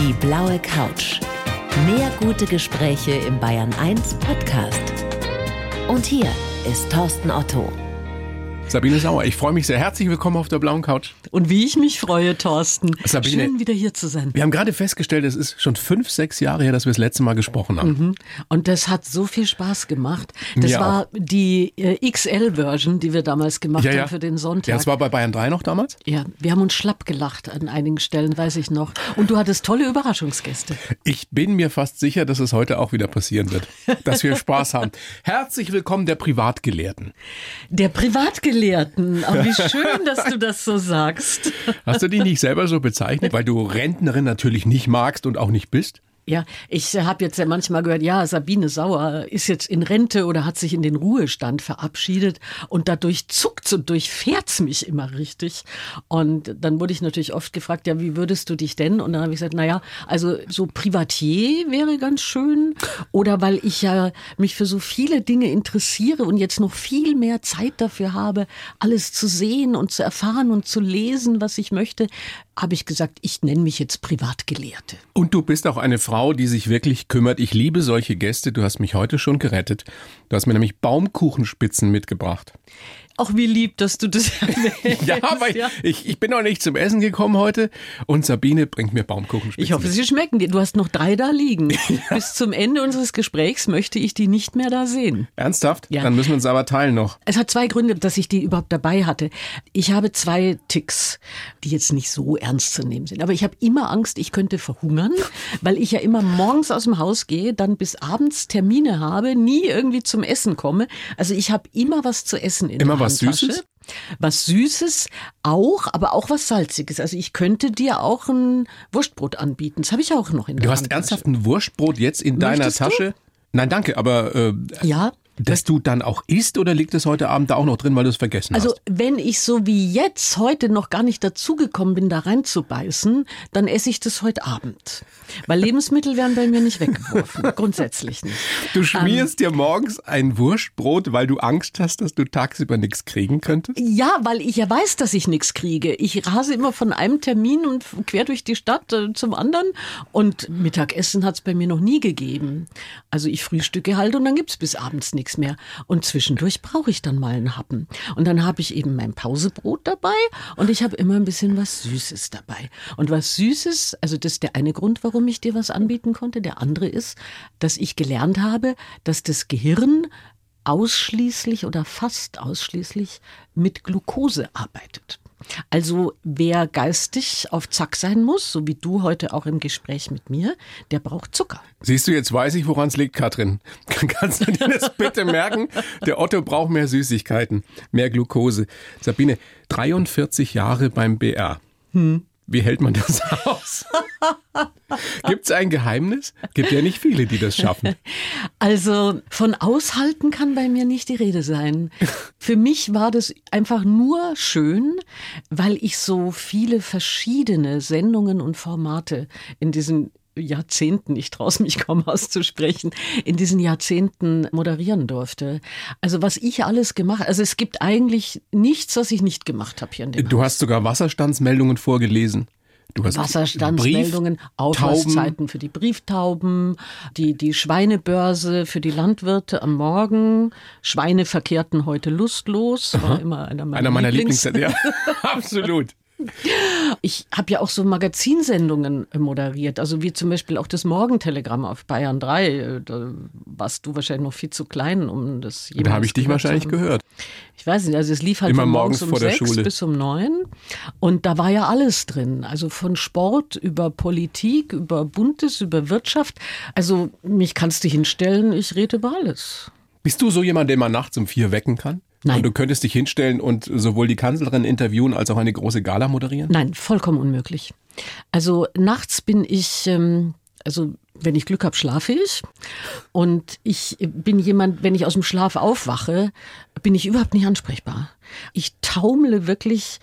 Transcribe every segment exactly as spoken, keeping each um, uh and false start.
Die blaue Couch. Mehr gute Gespräche im Bayern eins Podcast. Und hier ist Thorsten Otto. Sabine Sauer, ich freue mich sehr. Herzlich willkommen auf der blauen Couch. Und wie ich mich freue, Thorsten. Sabine, schön, wieder hier zu sein. Wir haben gerade festgestellt, es ist schon fünf, sechs Jahre her, dass wir das letzte Mal gesprochen haben. Mhm. Und das hat so viel Spaß gemacht. Das Mir war auch. die äh, X L-Version, die wir damals gemacht Ja, ja. haben für den Sonntag. Ja, das war bei Bayern drei noch damals? Ja, wir haben uns schlapp gelacht an einigen Stellen, weiß ich noch. Und du hattest tolle Überraschungsgäste. Ich bin mir fast sicher, dass es heute auch wieder passieren wird, dass wir Spaß haben. Herzlich willkommen der Privatgelehrten. Der Privatgelehrten. Oh, wie schön, dass du das so sagst. Hast du dich nicht selber so bezeichnet, weil du Rentnerin natürlich nicht magst und auch nicht bist? Ja, ich habe jetzt ja manchmal gehört, ja, Sabine Sauer ist jetzt in Rente oder hat sich in den Ruhestand verabschiedet und dadurch zuckt's und durchfährt's mich immer richtig. Und dann wurde ich natürlich oft gefragt, ja, wie würdest du dich denn? Und dann habe ich gesagt, naja, also so Privatier wäre ganz schön oder weil ich ja mich für so viele Dinge interessiere und jetzt noch viel mehr Zeit dafür habe, alles zu sehen und zu erfahren und zu lesen, was ich möchte, habe ich gesagt, ich nenne mich jetzt Privatgelehrte. Und du bist auch eine Frau, die sich wirklich kümmert. Ich liebe solche Gäste. Du hast mich heute schon gerettet. Du hast mir nämlich Baumkuchenspitzen mitgebracht. Auch wie lieb, dass du das erwähnst. Ja, weil ja. Ich, ich bin auch nicht zum Essen gekommen heute und Sabine bringt mir Baumkuchenspitzen. Ich hoffe, mit. sie schmecken dir. Du hast noch drei da liegen. Ja. Bis zum Ende unseres Gesprächs möchte ich die nicht mehr da sehen. Ernsthaft? Ja. Dann müssen wir uns aber teilen noch. Es hat zwei Gründe, dass ich die überhaupt dabei hatte. Ich habe zwei Ticks, die jetzt nicht so ernst zu nehmen sind. Aber ich habe immer Angst, ich könnte verhungern, weil ich ja immer morgens aus dem Haus gehe, dann bis abends Termine habe, nie irgendwie zum Essen komme. Also ich habe immer was zu essen in Immer der was Handtasche. Süßes? Was Süßes auch, aber auch was Salziges. Also ich könnte dir auch ein Wurstbrot anbieten. Das habe ich auch noch in der Du hast Handtasche. ernsthaft ein Wurstbrot jetzt in deiner Möchtest du? Tasche? Nein, danke, aber äh, Ja. dass du dann auch isst oder liegt es heute Abend da auch noch drin, weil du es vergessen Also hast? wenn ich so wie jetzt heute noch gar nicht dazugekommen bin, da reinzubeißen, dann esse ich das heute Abend. Weil Lebensmittel werden bei mir nicht weggeworfen, grundsätzlich nicht. Du schmierst dir morgens ein Wurstbrot, weil du Angst hast, dass du tagsüber nichts kriegen könntest? Ja, weil ich ja weiß, dass ich nichts kriege. Ich rase immer von einem Termin und quer durch die Stadt äh, zum anderen. Und Mittagessen hat es bei mir noch nie gegeben. Also ich frühstücke halt und dann gibt's bis abends nichts mehr. Und zwischendurch brauche ich dann mal einen Happen. Und dann habe ich eben mein Pausebrot dabei und ich habe immer ein bisschen was Süßes dabei. Und was Süßes, also das ist der eine Grund, warum ich dir was anbieten konnte. Der andere ist, dass ich gelernt habe, dass das Gehirn ausschließlich oder fast ausschließlich mit Glucose arbeitet. Also wer geistig auf Zack sein muss, so wie du heute auch im Gespräch mit mir, der braucht Zucker. Siehst du, jetzt weiß ich, woran es liegt, Katrin. Kannst du dir das bitte merken? Der Otto braucht mehr Süßigkeiten, mehr Glucose. Sabine, dreiundvierzig Jahre beim B R. Hm. Wie hält man das aus? Gibt es ein Geheimnis? Gibt ja nicht viele, die das schaffen. Also von aushalten kann bei mir nicht die Rede sein. Für mich war das einfach nur schön, weil ich so viele verschiedene Sendungen und Formate in diesen Jahrzehnten, ich traue es mich kaum auszusprechen, in diesen Jahrzehnten moderieren durfte. Also was ich alles gemacht, also es gibt eigentlich nichts, was ich nicht gemacht habe hier in dem Du Haus. hast sogar Wasserstandsmeldungen vorgelesen. Du hast Wasserstandsmeldungen, Autorszeiten für die Brieftauben, die, die Schweinebörse für die Landwirte am Morgen, Schweine verkehrten heute lustlos, war immer einer meiner, Einer meiner Lieblings- Lieblings... Ja, absolut. Ich habe ja auch so Magazinsendungen moderiert, also wie zum Beispiel auch das Morgentelegramm auf Bayern drei. Da warst du wahrscheinlich noch viel zu klein, um das jemals Da habe ich dich gehört zu wahrscheinlich haben. gehört. Ich weiß nicht, also es lief halt Immer von morgens, morgens um vor der sechs Schule. bis um neun und da war ja alles drin, also von Sport über Politik, über Buntes, über Wirtschaft. Also mich kannst du hinstellen, ich rede über alles. Bist du so jemand, den man nachts um vier wecken kann? Nein. Und du könntest dich hinstellen und sowohl die Kanzlerin interviewen als auch eine große Gala moderieren? Nein, vollkommen unmöglich. Also nachts bin ich, ähm, also wenn ich Glück habe, schlafe ich. Und ich bin jemand, wenn ich aus dem Schlaf aufwache, bin ich überhaupt nicht ansprechbar. Ich taumle wirklich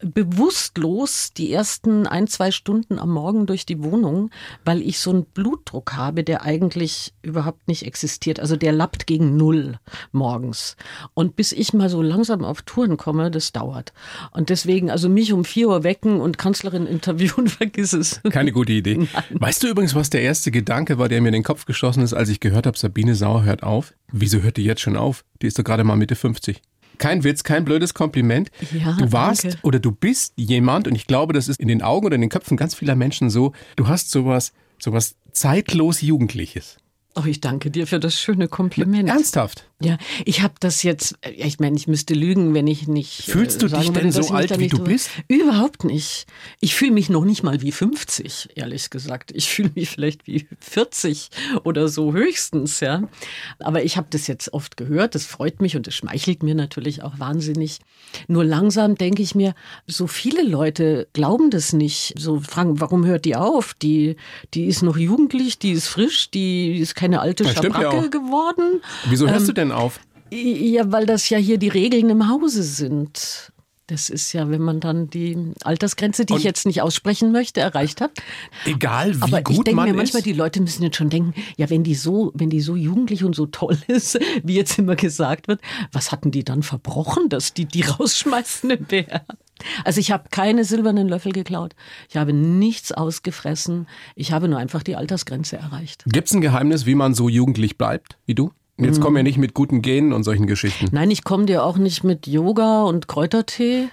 bewusstlos die ersten ein, zwei Stunden am Morgen durch die Wohnung, weil ich so einen Blutdruck habe, der eigentlich überhaupt nicht existiert. Also der lappt gegen Null morgens. Und bis ich mal so langsam auf Touren komme, das dauert. Und deswegen, also mich um vier Uhr wecken und Kanzlerin interviewen, vergiss es. Keine gute Idee. Nein. Weißt du übrigens, was der erste Gedanke war, der mir in den Kopf geschossen ist, als ich gehört habe, Sabine Sauer hört auf? Wieso hört die jetzt schon auf? Die ist doch gerade mal Mitte fünfzig. Kein Witz, kein blödes Kompliment. Ja, du warst danke. Oder du bist jemand, und ich glaube, das ist in den Augen oder in den Köpfen ganz vieler Menschen so, du hast sowas, sowas zeitlos Jugendliches. Oh, ich danke dir für das schöne Kompliment. Ernsthaft? Ja, ich habe das jetzt, ich meine, ich müsste lügen, wenn ich nicht. Fühlst du äh, sagen dich würde, denn dass so ich mich alt, da wie nicht du drüber- bist? Überhaupt nicht. Ich fühle mich noch nicht mal wie fünfzig, ehrlich gesagt. Ich fühle mich vielleicht wie vierzig oder so höchstens, ja. Aber ich habe das jetzt oft gehört, das freut mich und das schmeichelt mir natürlich auch wahnsinnig. Nur langsam denke ich mir, so viele Leute glauben das nicht. So fragen, warum hört die auf? Die, die ist noch jugendlich, die ist frisch, die ist keine alte Das stimmt ja Schabracke auch. geworden. Wieso hörst Ähm, du denn auf? Ja, weil das ja hier die Regeln im Hause sind. Das ist ja, wenn man dann die Altersgrenze, die Und ich jetzt nicht aussprechen möchte, erreicht hat. Egal wie Aber ich gut denke man mir manchmal, ist. die Leute müssen jetzt schon denken, ja, wenn die so, wenn die so jugendlich und so toll ist, wie jetzt immer gesagt wird, was hatten die dann verbrochen, dass die die rausschmeißen im B R? Also ich habe keine silbernen Löffel geklaut. Ich habe nichts ausgefressen. Ich habe nur einfach die Altersgrenze erreicht. Gibt's ein Geheimnis, wie man so jugendlich bleibt, wie du? Und jetzt kommen wir nicht mit guten Genen und solchen Geschichten. Nein, ich komme dir auch nicht mit Yoga und Kräutertee.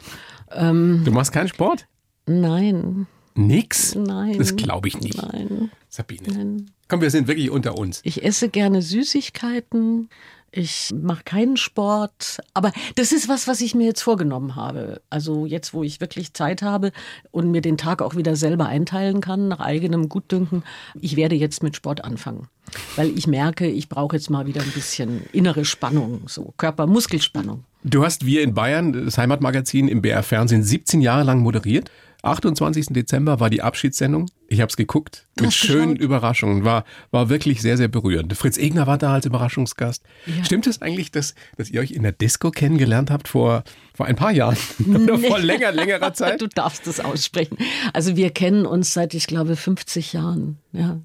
Du machst keinen Sport? Nein, Nix? nein. Das glaube ich nicht. Nein, Sabine. nein. Komm, wir sind wirklich unter uns. Ich esse gerne Süßigkeiten. Ich mache keinen Sport. Aber das ist was, was ich mir jetzt vorgenommen habe. Also jetzt, wo ich wirklich Zeit habe und mir den Tag auch wieder selber einteilen kann, nach eigenem Gutdünken. Ich werde jetzt mit Sport anfangen. Weil ich merke, ich brauche jetzt mal wieder ein bisschen innere Spannung, so Körper-Muskelspannung. Du hast Wir in Bayern, das Heimatmagazin im B R Fernsehen, siebzehn Jahre lang moderiert. achtundzwanzigsten Dezember war die Abschiedssendung. Ich habe es geguckt. Du Mit hast schönen geschaut? Überraschungen. War, war wirklich sehr, sehr berührend. Fritz Egner war da als Überraschungsgast. Ja. Stimmt es eigentlich, dass, dass ihr euch in der Disco kennengelernt habt vor, vor ein paar Jahren? Oder vor länger, längerer Zeit? Du darfst es aussprechen. Also wir kennen uns seit, ich glaube, fünfzig Jahren. Ja.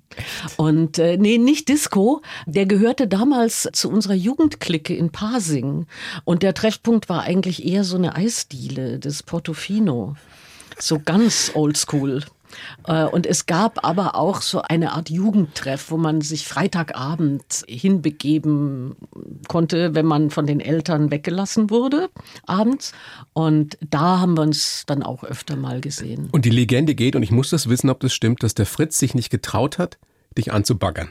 Und äh, nee, nicht Disco. Der gehörte damals zu unserer Jugendclique in Pasing. Und der Treffpunkt war eigentlich eher so eine Eisdiele, das Portofino. So ganz oldschool. Äh, Und es gab aber auch so eine Art Jugendtreff, wo man sich Freitagabend hinbegeben konnte, wenn man von den Eltern weggelassen wurde, abends. Und da haben wir uns dann auch öfter mal gesehen. Und die Legende geht, und ich muss das wissen, ob das stimmt, dass der Fritz sich nicht getraut hat, dich anzubaggern.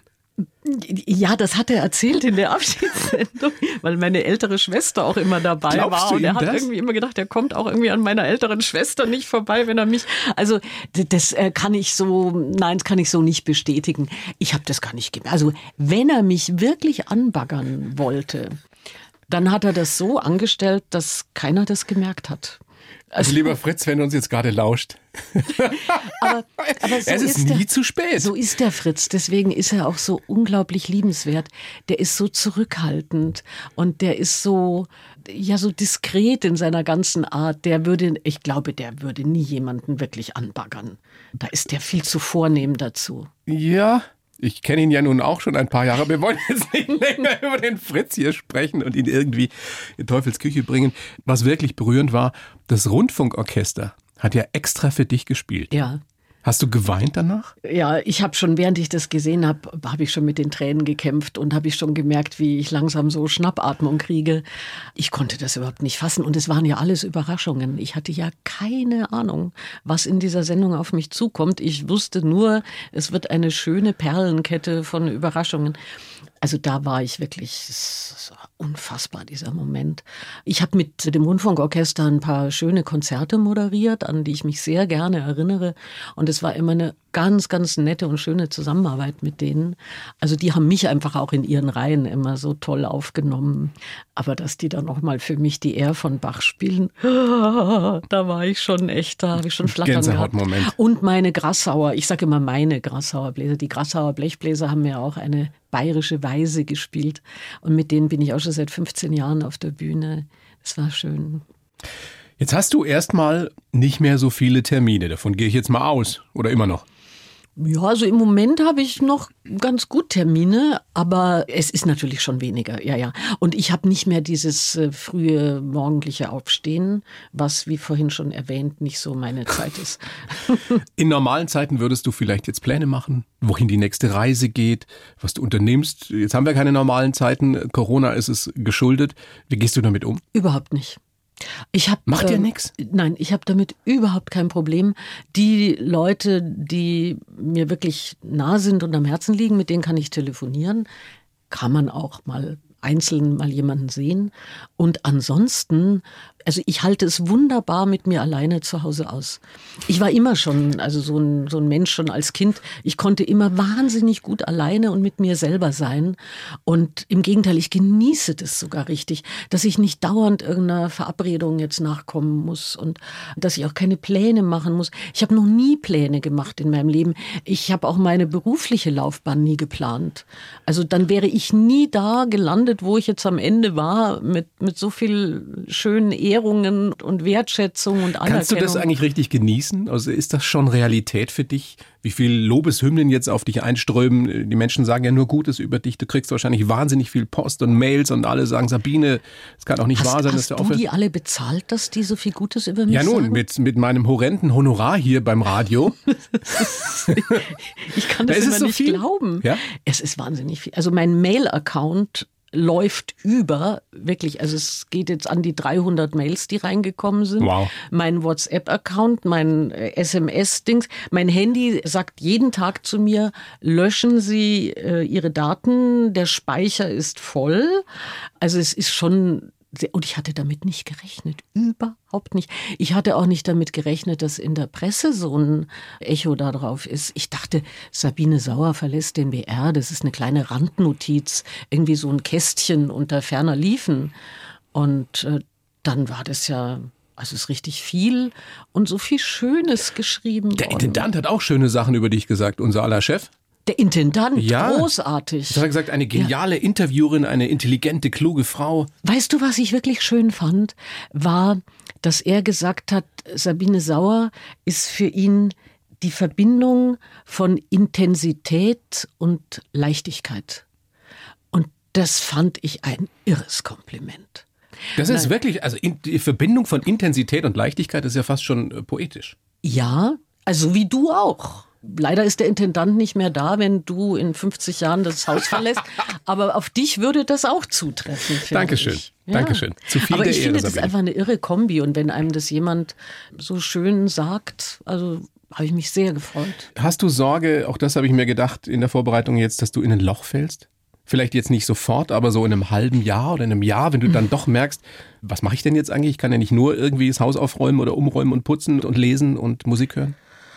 Ja, das hat er erzählt in der Abschiedssendung, weil meine ältere Schwester auch immer dabei Glaubst war. du Und er ihm hat das? irgendwie immer gedacht, er kommt auch irgendwie an meiner älteren Schwester nicht vorbei, wenn er mich. Also d- das äh, kann ich so, nein, das kann ich so nicht bestätigen. Ich habe das gar nicht gemerkt. Also wenn er mich wirklich anbaggern wollte, dann hat er das so angestellt, dass keiner das gemerkt hat. Also lieber Fritz, wenn du uns jetzt gerade lauscht. Aber, aber so Es ist der, nie zu spät. So ist der Fritz. Deswegen ist er auch so unglaublich liebenswert. Der ist so zurückhaltend und der ist so, ja, so diskret in seiner ganzen Art. Der würde, ich glaube, der würde nie jemanden wirklich anbaggern. Da ist der viel zu vornehm dazu. Ja, ich kenne ihn ja nun auch schon ein paar Jahre. Wir wollen jetzt nicht länger über den Fritz hier sprechen und ihn irgendwie in Teufels Küche bringen. Was wirklich berührend war, das Rundfunkorchester hat ja extra für dich gespielt. Ja. Hast du geweint danach? Ja, ich habe schon, während ich das gesehen habe, habe ich schon mit den Tränen gekämpft und habe ich schon gemerkt, wie ich langsam so Schnappatmung kriege. Ich konnte das überhaupt nicht fassen und es waren ja alles Überraschungen. Ich hatte ja keine Ahnung, was in dieser Sendung auf mich zukommt. Ich wusste nur, es wird eine schöne Perlenkette von Überraschungen. Also da war ich wirklich, es war unfassbar, dieser Moment. Ich habe mit dem Rundfunkorchester ein paar schöne Konzerte moderiert, an die ich mich sehr gerne erinnere. Und es war immer eine ganz, ganz nette und schöne Zusammenarbeit mit denen. Also die haben mich einfach auch in ihren Reihen immer so toll aufgenommen. Aber dass die dann noch mal für mich die Ehr von Bach spielen, da war ich schon echt, da habe ich schon Flattern gehabt. Gänsehautmoment. Und meine Grassauer, ich sage immer meine Grassauer Bläser. Die Grassauer Blechbläser haben mir auch eine bayerische Weise gespielt. Und mit denen bin ich auch schon seit fünfzehn Jahren auf der Bühne. Es war schön. Jetzt hast du erstmal nicht mehr so viele Termine, davon gehe ich jetzt mal aus, oder immer noch? Ja, also im Moment habe ich noch ganz gut Termine, aber es ist natürlich schon weniger, ja, ja. Und ich habe nicht mehr dieses äh, frühe morgendliche Aufstehen, was, wie vorhin schon erwähnt, nicht so meine Zeit ist. In normalen Zeiten würdest du vielleicht jetzt Pläne machen, wohin die nächste Reise geht, was du unternimmst. Jetzt haben wir keine normalen Zeiten, Corona ist es geschuldet. Wie gehst du damit um? Überhaupt nicht. Ich hab, Macht dir ähm, nix? Nein, ich habe damit überhaupt kein Problem. Die Leute, die mir wirklich nah sind und am Herzen liegen, mit denen kann ich telefonieren. Kann man auch mal einzeln mal jemanden sehen. Und ansonsten, also ich halte es wunderbar mit mir alleine zu Hause aus. Ich war immer schon, also so ein, so ein Mensch schon als Kind. Ich konnte immer wahnsinnig gut alleine und mit mir selber sein. Und im Gegenteil, ich genieße das sogar richtig, dass ich nicht dauernd irgendeiner Verabredung jetzt nachkommen muss und dass ich auch keine Pläne machen muss. Ich habe noch nie Pläne gemacht in meinem Leben. Ich habe auch meine berufliche Laufbahn nie geplant. Also dann wäre ich nie da gelandet, wo ich jetzt am Ende war, mit, mit so viel schönen Ehrungen und Wertschätzung und Anerkennung. Kannst du das eigentlich richtig genießen? Also ist das schon Realität für dich? Wie viel Lobeshymnen jetzt auf dich einströmen? Die Menschen sagen ja nur Gutes über dich. Du kriegst wahrscheinlich wahnsinnig viel Post und Mails und alle sagen, Sabine, es kann auch nicht hast, wahr sein, dass hast du du aufhörst. die alle bezahlt, dass die so viel Gutes über mich Ja nun, sagen? mit, mit meinem horrenden Honorar hier beim Radio. Ich kann das Da ist es immer so nicht viel? glauben. Ja? Es ist wahnsinnig viel. Also mein Mail-Account läuft über, wirklich, also es geht jetzt an die dreihundert Mails, die reingekommen sind. Wow. Mein WhatsApp-Account, mein äh, S M S-Dings, mein Handy sagt jeden Tag zu mir, löschen Sie äh, Ihre Daten, der Speicher ist voll. Also es ist schon... Und ich hatte damit nicht gerechnet, überhaupt nicht. Ich hatte auch nicht damit gerechnet, dass in der Presse so ein Echo da drauf ist. Ich dachte, Sabine Sauer verlässt den B R, das ist eine kleine Randnotiz, irgendwie so ein Kästchen unter ferner Liefen. Und äh, dann war das ja, also es ist richtig viel und so viel Schönes geschrieben Der worden. Intendant hat auch schöne Sachen über dich gesagt, unser aller Chef. Der Intendant, Ja. großartig. Das hat er gesagt, eine geniale Interviewerin, eine intelligente, kluge Frau. Weißt du, was ich wirklich schön fand, war, dass er gesagt hat, Sabine Sauer ist für ihn die Verbindung von Intensität und Leichtigkeit. Und das fand ich ein irres Kompliment. Das ist Nein. wirklich, also in, die Verbindung von Intensität und Leichtigkeit ist ja fast schon äh, poetisch. Ja, also wie du auch. Leider ist der Intendant nicht mehr da, wenn du in fünfzig Jahren das Haus verlässt. Aber auf dich würde das auch zutreffen, finde Dankeschön. ich. Dankeschön. Zu viel Aber der ich Ehre, finde, das ist Sabine. einfach eine irre Kombi. Und wenn einem das jemand so schön sagt, also habe ich mich sehr gefreut. Hast du Sorge, auch das habe ich mir gedacht in der Vorbereitung jetzt, dass du in ein Loch fällst? Vielleicht jetzt nicht sofort, aber so in einem halben Jahr oder in einem Jahr, wenn du dann doch merkst, was mache ich denn jetzt eigentlich? Ich kann ja nicht nur irgendwie das Haus aufräumen oder umräumen und putzen und lesen und Musik hören.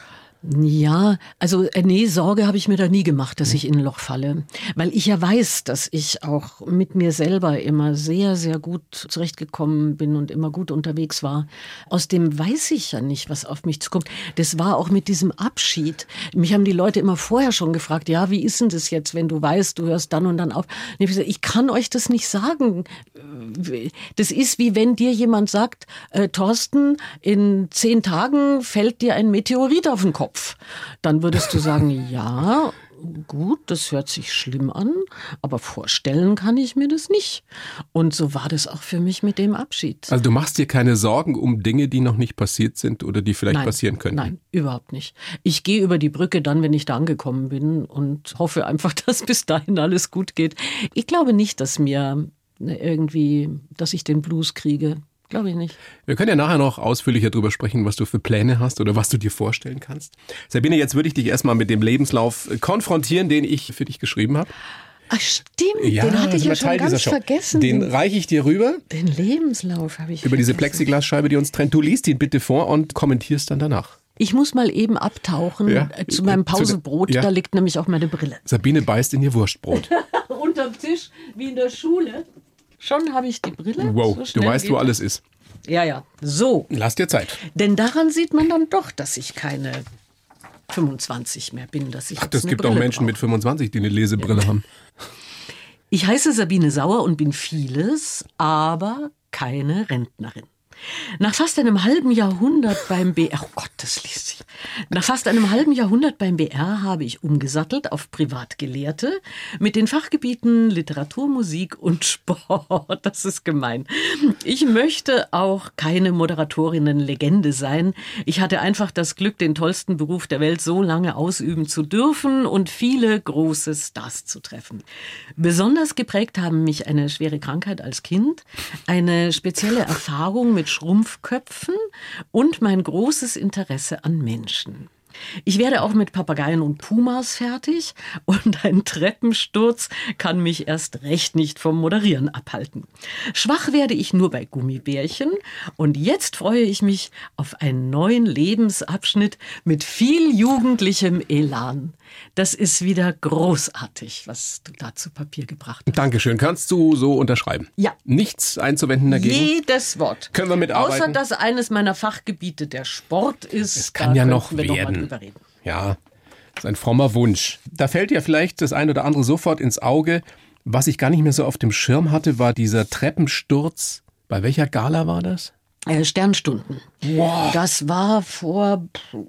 Ja, also äh, nee, Sorge habe ich mir da nie gemacht, dass ich in ein Loch falle. Weil ich ja weiß, dass ich auch mit mir selber immer sehr, sehr gut zurechtgekommen bin und immer gut unterwegs war. Aus dem weiß ich ja nicht, was auf mich zukommt. Das war auch mit diesem Abschied. Mich haben die Leute immer vorher schon gefragt, ja, wie ist denn das jetzt, wenn du weißt, du hörst dann und dann auf? Und ich habe gesagt, ich kann euch das nicht sagen. Das ist wie wenn dir jemand sagt, äh, Thorsten, in zehn Tagen fällt dir ein Meteorit auf den Kopf. Dann würdest du sagen, ja, gut, das hört sich schlimm an, aber vorstellen kann ich mir das nicht. Und so war das auch für mich mit dem Abschied. Also du machst dir keine Sorgen um Dinge, die noch nicht passiert sind oder die vielleicht Nein, passieren könnten? Nein, überhaupt nicht. Ich gehe über die Brücke dann, wenn ich da angekommen bin und hoffe einfach, dass bis dahin alles gut geht. Ich glaube nicht, dass mir irgendwie, dass ich den Blues kriege. Glaube ich nicht. Wir können ja nachher noch ausführlicher darüber sprechen, was du für Pläne hast oder was du dir vorstellen kannst. Sabine, jetzt würde ich dich erstmal mit dem Lebenslauf konfrontieren, den ich für dich geschrieben habe. Ach stimmt, Ja, den hatte ich ja das ist Teil schon dieser ganz Show. vergessen. Den reiche ich dir rüber. Den Lebenslauf habe ich Über diese vergessen. Plexiglasscheibe, die uns trennt. Du liest ihn bitte vor und kommentierst dann danach. Ich muss mal eben abtauchen Ja. äh, zu meinem Zu der- Pausebrot. ja. Da liegt nämlich auch meine Brille. Sabine beißt in ihr Wurstbrot. Unterm Tisch, wie in der Schule. Schon habe ich die Brille. Wow, So du schnell weißt, geht wo das. alles ist. Ja, ja. So. Lass dir Zeit. Denn daran sieht man dann doch, dass ich keine fünfundzwanzig mehr bin. Dass ich Ach, jetzt das eine gibt auch Brille Menschen mit brauche. fünfundzwanzig, die eine Lesebrille haben. Ich heiße Sabine Sauer und bin vieles, aber keine Rentnerin. Nach fast einem halben Jahrhundert beim B R, oh Gott, das liest sich. Nach fast einem halben Jahrhundert beim B R habe ich umgesattelt auf Privatgelehrte mit den Fachgebieten Literatur, Musik und Sport. Das ist gemein. Ich möchte auch keine Moderatorinnen-Legende sein. Ich hatte einfach das Glück, den tollsten Beruf der Welt so lange ausüben zu dürfen und viele große Stars zu treffen. Besonders geprägt haben mich eine schwere Krankheit als Kind, eine spezielle Erfahrung mit Schrumpfköpfen und mein großes Interesse an Menschen. Ich werde auch mit Papageien und Pumas fertig und ein Treppensturz kann mich erst recht nicht vom Moderieren abhalten. Schwach werde ich nur bei Gummibärchen und jetzt freue ich mich auf einen neuen Lebensabschnitt mit viel jugendlichem Elan. Das ist wieder großartig, was du da zu Papier gebracht hast. Dankeschön. Kannst du so unterschreiben? Ja. Nichts einzuwenden dagegen? Jedes Wort. Können wir mitarbeiten? Außer, dass eines meiner Fachgebiete der Sport ist. Es kann ja noch wir werden. Noch mal drüber reden. Ja, das ist ein frommer Wunsch. Da fällt dir vielleicht das ein oder andere sofort ins Auge. Was ich gar nicht mehr so auf dem Schirm hatte, war dieser Treppensturz. Bei welcher Gala war das? Äh, Sternstunden. Wow. Das war vor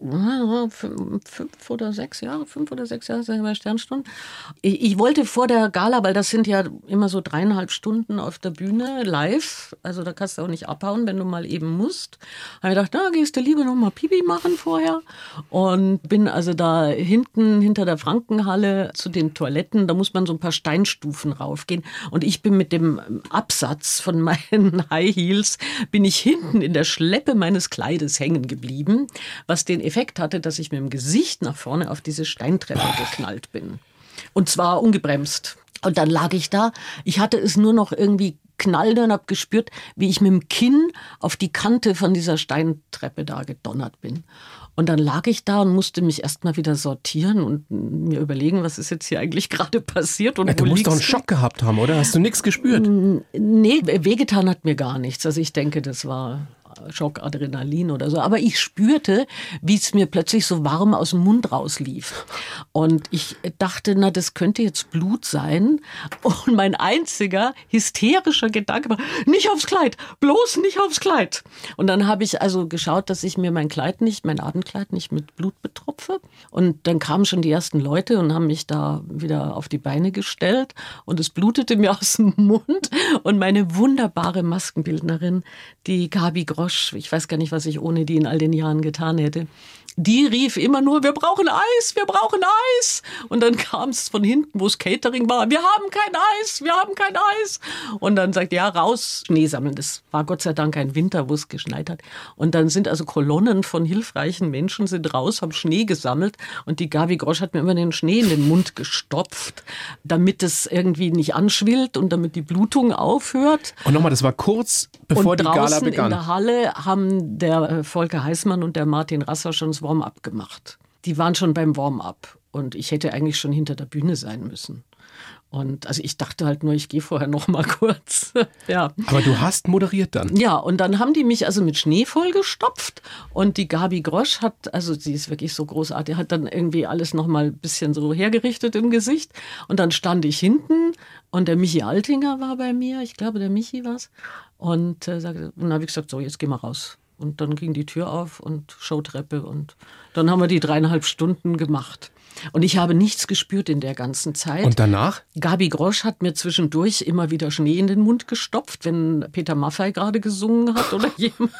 fünf, fünf oder sechs Jahre, fünf oder sechs Jahre bei Sternstunden. Ich, ich wollte vor der Gala, weil das sind ja immer so dreieinhalb Stunden auf der Bühne live, also da kannst du auch nicht abhauen, wenn du mal eben musst. Habe ich gedacht, na, gehst du lieber noch mal Pipi machen vorher und bin also da hinten hinter der Frankenhalle zu den Toiletten, da muss man so ein paar Steinstufen raufgehen und ich bin mit dem Absatz von meinen High Heels, bin ich hinten in der Schleppe meines Kleides hängen geblieben, was den Effekt hatte, dass ich mit dem Gesicht nach vorne auf diese Steintreppe geknallt bin. Und zwar ungebremst. Und dann lag ich da. Ich hatte es nur noch irgendwie knallte und habe gespürt, wie ich mit dem Kinn auf die Kante von dieser Steintreppe da gedonnert bin. Und dann lag ich da und musste mich erstmal wieder sortieren und mir überlegen, was ist jetzt hier eigentlich gerade passiert. Und ja, du wo musst doch einen du? Schock gehabt haben, oder? Hast du nichts gespürt? Nee, wehgetan hat mir gar nichts. Also ich denke, das war Schock, Adrenalin oder so. Aber ich spürte, wie es mir plötzlich so warm aus dem Mund rauslief. Und ich dachte, na, das könnte jetzt Blut sein. Und mein einziger hysterischer Gedanke war, nicht aufs Kleid, bloß nicht aufs Kleid. Und dann habe ich also geschaut, dass ich mir mein Kleid nicht, mein Abendkleid nicht mit Blut betropfe. Und dann kamen schon die ersten Leute und haben mich da wieder auf die Beine gestellt. Und es blutete mir aus dem Mund. Und meine wunderbare Maskenbildnerin, die Gabi Grosch, ich weiß gar nicht, was ich ohne die in all den Jahren getan hätte, die rief immer nur, wir brauchen Eis, wir brauchen Eis. Und dann kam es von hinten, wo es Catering war, wir haben kein Eis, wir haben kein Eis. Und dann sagt, ja, raus, Schnee sammeln. Das war Gott sei Dank ein Winter, wo es geschneit hat. Und dann sind also Kolonnen von hilfreichen Menschen sind raus, haben Schnee gesammelt. Und die Gabi Grosch hat mir immer den Schnee in den Mund gestopft, damit es irgendwie nicht anschwillt und damit die Blutung aufhört. Und nochmal, das war kurz bevor und die Gala begann. In der Halle haben der Volker Heißmann und der Martin Rasser schon das Warm-up gemacht. Die waren schon beim Warm-up und ich hätte eigentlich schon hinter der Bühne sein müssen. Und also ich dachte halt nur, ich gehe vorher noch mal kurz. Ja. Aber du hast moderiert dann? Ja, und dann haben die mich also mit Schnee vollgestopft und die Gabi Grosch hat, also sie ist wirklich so großartig, hat dann irgendwie alles noch mal ein bisschen so hergerichtet im Gesicht und dann stand ich hinten und der Michi Altinger war bei mir, ich glaube der Michi war's und äh, sagte, und dann habe ich gesagt, so jetzt geh mal raus. Und dann ging die Tür auf und Showtreppe und dann haben wir die dreieinhalb Stunden gemacht. Und ich habe nichts gespürt in der ganzen Zeit. Und danach? Gabi Grosch hat mir zwischendurch immer wieder Schnee in den Mund gestopft, wenn Peter Maffay gerade gesungen hat oder jemand.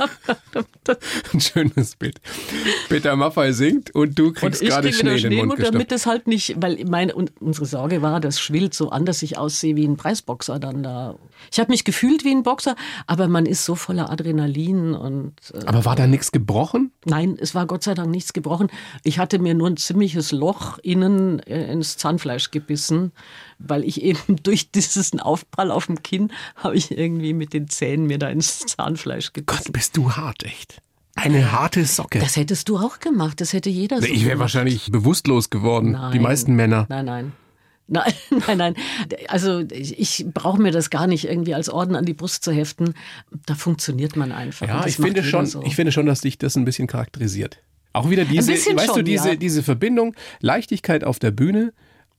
Ein schönes Bild. Peter Maffay singt und du kriegst und gerade krieg Schnee in den Mund gestopft. Damit es halt nicht, weil meine, und unsere Sorge war, das schwillt so an, dass ich aussehe wie ein Preisboxer dann da. Ich habe mich gefühlt wie ein Boxer, aber man ist so voller Adrenalin und. Äh, aber war da nichts gebrochen? Nein, es war Gott sei Dank nichts gebrochen. Ich hatte mir nur ein ziemliches Loch innen ins Zahnfleisch gebissen, weil ich eben durch diesen Aufprall auf dem Kinn habe ich irgendwie mit den Zähnen mir da ins Zahnfleisch gebissen. Gott, bist du hart, echt. Eine harte Socke. Das hättest du auch gemacht, das hätte jeder so Ich wäre wahrscheinlich bewusstlos geworden, nein, die meisten Männer. Nein, nein. Nein, nein, nein. Also ich, ich brauche mir das gar nicht irgendwie als Orden an die Brust zu heften. Da funktioniert man einfach. Ja, ich finde schon, so. ich finde schon, dass dich das ein bisschen charakterisiert. Auch wieder diese, weißt schon, du, diese, ja. diese Verbindung, Leichtigkeit auf der Bühne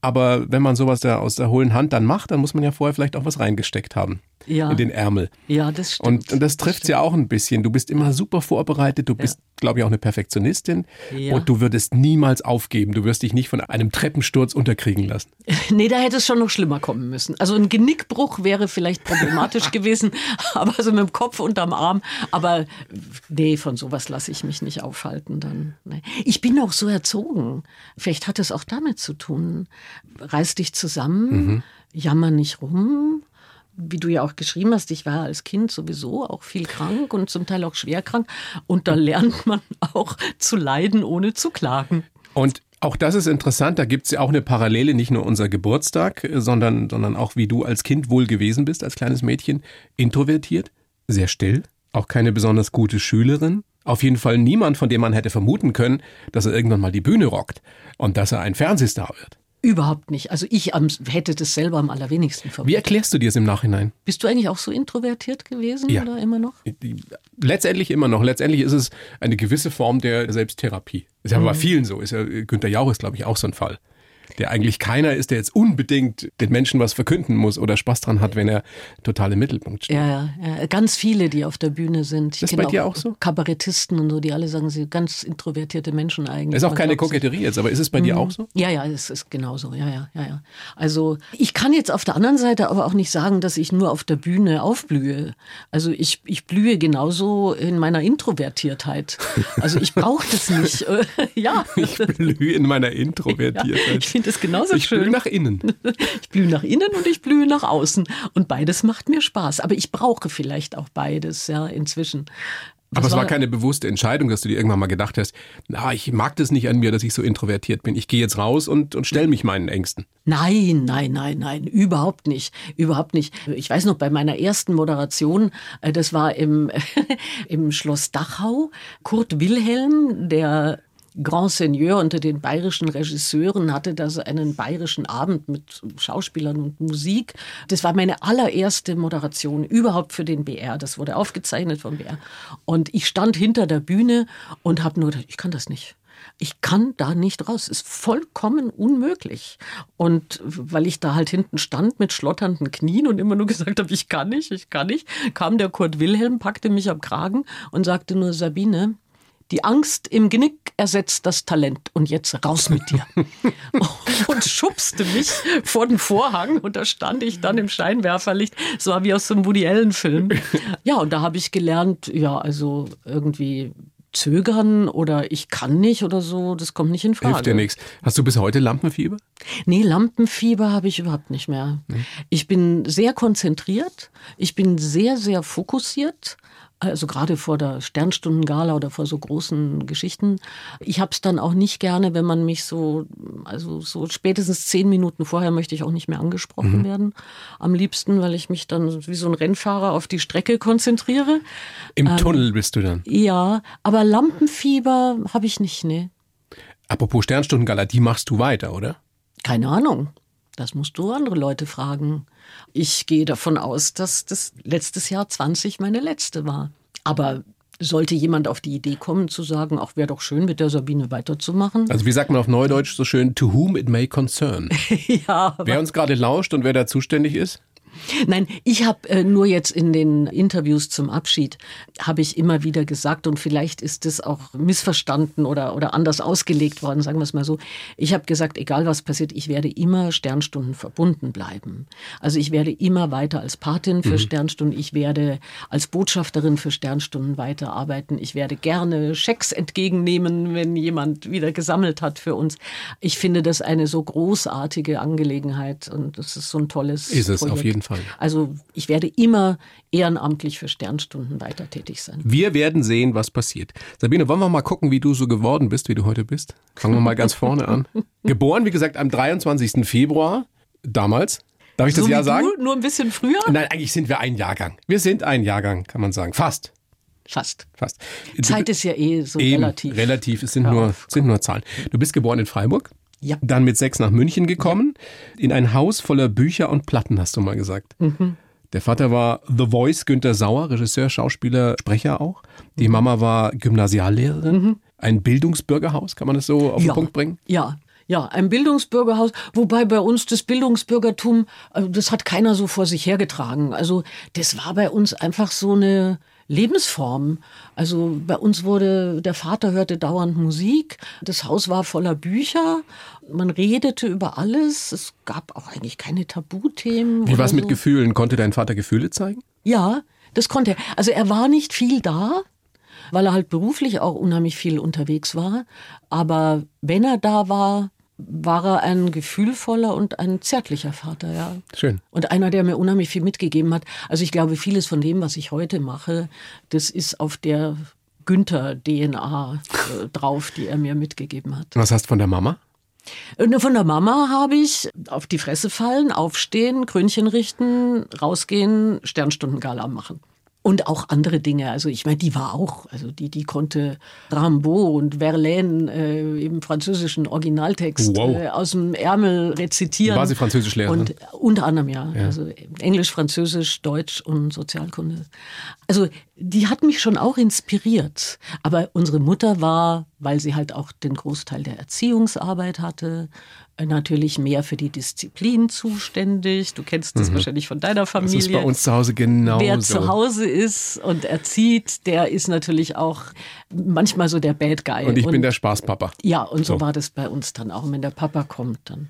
Aber wenn man sowas da aus der hohlen Hand dann macht, dann muss man ja vorher vielleicht auch was reingesteckt haben. Ja. In den Ärmel. Ja, das stimmt. Und, und das trifft es ja auch ein bisschen. Du bist immer super vorbereitet, du bist, ja. glaube ich, auch eine Perfektionistin ja. und du würdest niemals aufgeben. Du wirst dich nicht von einem Treppensturz unterkriegen lassen. Nee, da hätte es schon noch schlimmer kommen müssen. Also ein Genickbruch wäre vielleicht problematisch gewesen, aber so mit dem Kopf unterm Arm. Aber nee, von sowas lasse ich mich nicht aufhalten dann. Nee. Ich bin auch so erzogen. Vielleicht hat es auch damit zu tun. Reiß dich zusammen, mhm. jammer nicht rum. Wie du ja auch geschrieben hast, ich war als Kind sowieso auch viel krank und zum Teil auch schwer krank. Und da lernt man auch zu leiden, ohne zu klagen. Und auch das ist interessant, da gibt es ja auch eine Parallele, nicht nur unser Geburtstag, sondern, sondern auch wie du als Kind wohl gewesen bist, als kleines Mädchen. Introvertiert, sehr still, auch keine besonders gute Schülerin. Auf jeden Fall niemand, von dem man hätte vermuten können, dass er irgendwann mal die Bühne rockt und dass er ein Fernsehstar wird. Überhaupt nicht. Also ich am, hätte das selber am allerwenigsten vermutet. Wie erklärst du dir es im Nachhinein? Bist du eigentlich auch so introvertiert gewesen ja. oder immer noch? Letztendlich immer noch. Letztendlich ist es eine gewisse Form der Selbsttherapie. Ist ja mhm. bei vielen so. Ist ja, Günther Jauch ist, glaube ich, auch so ein Fall. Der eigentlich keiner ist, der jetzt unbedingt den Menschen was verkünden muss oder Spaß dran hat, wenn er total im Mittelpunkt steht. Ja, ja, ganz viele, die auf der Bühne sind. Das ist bei dir auch so? Kabarettisten und so, die alle sagen, sie sind ganz introvertierte Menschen eigentlich. Das ist auch keine Koketterie jetzt, aber ist es bei mhm. dir auch so? Ja, ja, es ist genauso. Ja, ja, ja, ja. Also ich kann jetzt auf der anderen Seite aber auch nicht sagen, dass ich nur auf der Bühne aufblühe. Also ich, ich blühe genauso in meiner Introvertiertheit. Also ich brauche das nicht. Ja. Ich blühe in meiner Introvertiertheit. Ja, ich finde das genauso ich schön. Ich blühe nach innen. Ich blühe nach innen und ich blühe nach außen. Und beides macht mir Spaß. Aber ich brauche vielleicht auch beides, ja, inzwischen. Das Aber es war, war keine bewusste Entscheidung, dass du dir irgendwann mal gedacht hast, na, ich mag das nicht an mir, dass ich so introvertiert bin. Ich gehe jetzt raus und, und stelle mich meinen Ängsten. Nein, nein, nein, nein, überhaupt nicht, überhaupt nicht. Ich weiß noch, bei meiner ersten Moderation, das war im, im Schloss Dachau, Kurt Wilhelm, der Grand Seigneur unter den bayerischen Regisseuren, hatte da so einen bayerischen Abend mit Schauspielern und Musik. Das war meine allererste Moderation überhaupt für den B R. Das wurde aufgezeichnet vom B R. Und ich stand hinter der Bühne und habe nur gedacht, ich kann das nicht. Ich kann da nicht raus. Es ist vollkommen unmöglich. Und weil ich da halt hinten stand mit schlotternden Knien und immer nur gesagt habe, ich kann nicht, ich kann nicht, kam der Kurt Wilhelm, packte mich am Kragen und sagte nur, Sabine, die Angst im Genick ersetzt das Talent. Und jetzt raus mit dir. Und schubste mich vor den Vorhang. Und da stand ich dann im Scheinwerferlicht. Es war wie aus so einem Woody Allen-Film. Ja, und da habe ich gelernt, ja, also irgendwie zögern oder ich kann nicht oder so, das kommt nicht in Frage. Hilft dir nichts. Hast du bis heute Lampenfieber? Nee, Lampenfieber habe ich überhaupt nicht mehr. Hm. Ich bin sehr konzentriert. Ich bin sehr, sehr fokussiert. Also gerade vor der Sternstundengala oder vor so großen Geschichten. Ich habe es dann auch nicht gerne, wenn man mich so, also so spätestens zehn Minuten vorher möchte ich auch nicht mehr angesprochen mhm. werden. Am liebsten, weil ich mich dann wie so ein Rennfahrer auf die Strecke konzentriere. Im ähm, Tunnel bist du dann? Ja, aber Lampenfieber habe ich nicht, ne. Apropos Sternstundengala, die machst du weiter, oder? Keine Ahnung. Das musst du andere Leute fragen. Ich gehe davon aus, dass das letztes Jahr zwanzig meine letzte war. Aber sollte jemand auf die Idee kommen zu sagen, ach, wäre doch schön, mit der Sabine weiterzumachen. Also wie sagt man auf Neudeutsch so schön, to whom it may concern. Ja. Wer uns gerade lauscht und wer da zuständig ist? Nein, ich habe äh, nur jetzt in den Interviews zum Abschied, habe ich immer wieder gesagt, und vielleicht ist das auch missverstanden oder, oder anders ausgelegt worden, sagen wir es mal so. Ich habe gesagt, egal was passiert, ich werde immer Sternstunden verbunden bleiben. Also ich werde immer weiter als Patin für mhm. Sternstunden, ich werde als Botschafterin für Sternstunden weiterarbeiten, ich werde gerne Schecks entgegennehmen, wenn jemand wieder gesammelt hat für uns. Ich finde das eine so großartige Angelegenheit und das ist so ein tolles Ist es Projekt. Auf jeden Fall. Also ich werde immer ehrenamtlich für Sternstunden weiter tätig sein. Wir werden sehen, was passiert. Sabine, wollen wir mal gucken, wie du so geworden bist, wie du heute bist? Fangen wir mal ganz vorne an. Geboren, wie gesagt, am dreiundzwanzigsten Februar, damals. Darf ich das so Jahr wie sagen? Du, nur ein bisschen früher? Nein, eigentlich sind wir ein Jahrgang. Wir sind ein Jahrgang, kann man sagen. Fast. Fast. Fast. Zeit ist ja eh so Eben, relativ. Relativ, es sind nur, sind nur Zahlen. Du bist geboren in Freiburg. Ja. Dann mit sechs nach München gekommen. Ja. In ein Haus voller Bücher und Platten, hast du mal gesagt. Mhm. Der Vater war The Voice, Günther Sauer, Regisseur, Schauspieler, Sprecher auch. Die Mama war Gymnasiallehrerin. Mhm. Ein Bildungsbürgerhaus, kann man das so auf ja. den Punkt bringen? Ja. Ja, ein Bildungsbürgerhaus, wobei bei uns das Bildungsbürgertum, das hat keiner so vor sich hergetragen. Also das war bei uns einfach so eine Lebensform. Also bei uns wurde, der Vater hörte dauernd Musik, das Haus war voller Bücher, man redete über alles, es gab auch eigentlich keine Tabuthemen. Wie war es mit so. Gefühlen? Konnte dein Vater Gefühle zeigen? Ja, das konnte er. Also er war nicht viel da, weil er halt beruflich auch unheimlich viel unterwegs war. Aber wenn er da war, war er ein gefühlvoller und ein zärtlicher Vater, ja. Schön. Und einer, der mir unheimlich viel mitgegeben hat. Also ich glaube, vieles von dem, was ich heute mache, das ist auf der Günther-D N A äh, drauf, die er mir mitgegeben hat. Was hast du von der Mama? Von der Mama habe ich auf die Fresse fallen, aufstehen, Krönchen richten, rausgehen, Sternstundengala machen. Und auch andere Dinge. Also ich meine, die war auch, also die, die konnte Rimbaud und Verlaine äh, im französischen Originaltext wow. äh, aus dem Ärmel rezitieren. War sie Französischlehrerin? Und unter anderem ja. ja. Also Englisch, Französisch, Deutsch und Sozialkunde. Also die hat mich schon auch inspiriert. Aber unsere Mutter war, weil sie halt auch den Großteil der Erziehungsarbeit hatte, natürlich mehr für die Disziplin zuständig. Du kennst das mhm. wahrscheinlich von deiner Familie. Das ist bei uns zu Hause genauso. Wer zu Hause ist und erzieht, der ist natürlich auch manchmal so der Bad Guy. Und ich und, bin der Spaßpapa. Ja, und so. so war das bei uns dann auch. Und wenn der Papa kommt, dann...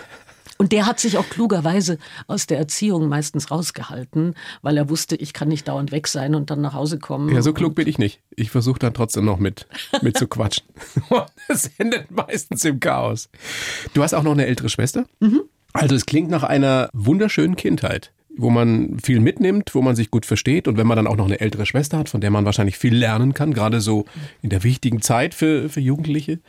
Und der hat sich auch klugerweise aus der Erziehung meistens rausgehalten, weil er wusste, ich kann nicht dauernd weg sein und dann nach Hause kommen. Ja, so klug bin ich nicht. Ich versuche dann trotzdem noch mit, mit zu quatschen. Das endet meistens im Chaos. Du hast auch noch eine ältere Schwester? Mhm. Also es klingt nach einer wunderschönen Kindheit, wo man viel mitnimmt, wo man sich gut versteht. Und wenn man dann auch noch eine ältere Schwester hat, von der man wahrscheinlich viel lernen kann, gerade so in der wichtigen Zeit für, für Jugendliche.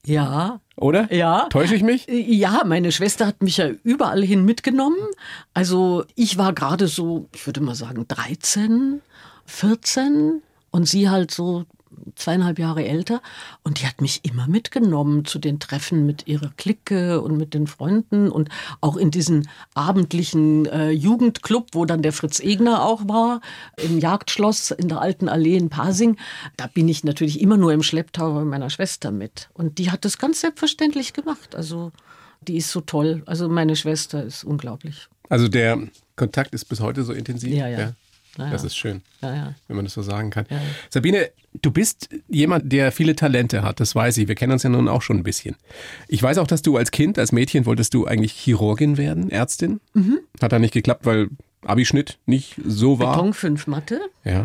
Ja. Oder? Ja. Täusche ich mich? Ja, meine Schwester hat mich ja überall hin mitgenommen. Also ich war gerade so, ich würde mal sagen, dreizehn, vierzehn und sie halt so zweieinhalb Jahre älter. Und die hat mich immer mitgenommen zu den Treffen mit ihrer Clique und mit den Freunden und auch in diesen abendlichen äh, Jugendclub, wo dann der Fritz Egner auch war, im Jagdschloss in der Alten Allee in Pasing. Da bin ich natürlich immer nur im Schlepptau bei meiner Schwester mit. Und die hat das ganz selbstverständlich gemacht. Also die ist so toll. Also meine Schwester ist unglaublich. Also der Kontakt ist bis heute so intensiv? Ja, ja. ja. Ja, das ist schön, ja, ja. wenn man das so sagen kann. Ja, ja. Sabine, du bist jemand, der viele Talente hat, das weiß ich. Wir kennen uns ja nun auch schon ein bisschen. Ich weiß auch, dass du als Kind, als Mädchen, wolltest du eigentlich Chirurgin werden, Ärztin. Mhm. Hat dann nicht geklappt, weil Abischnitt nicht so war. Beton fünf Mathe. Ja.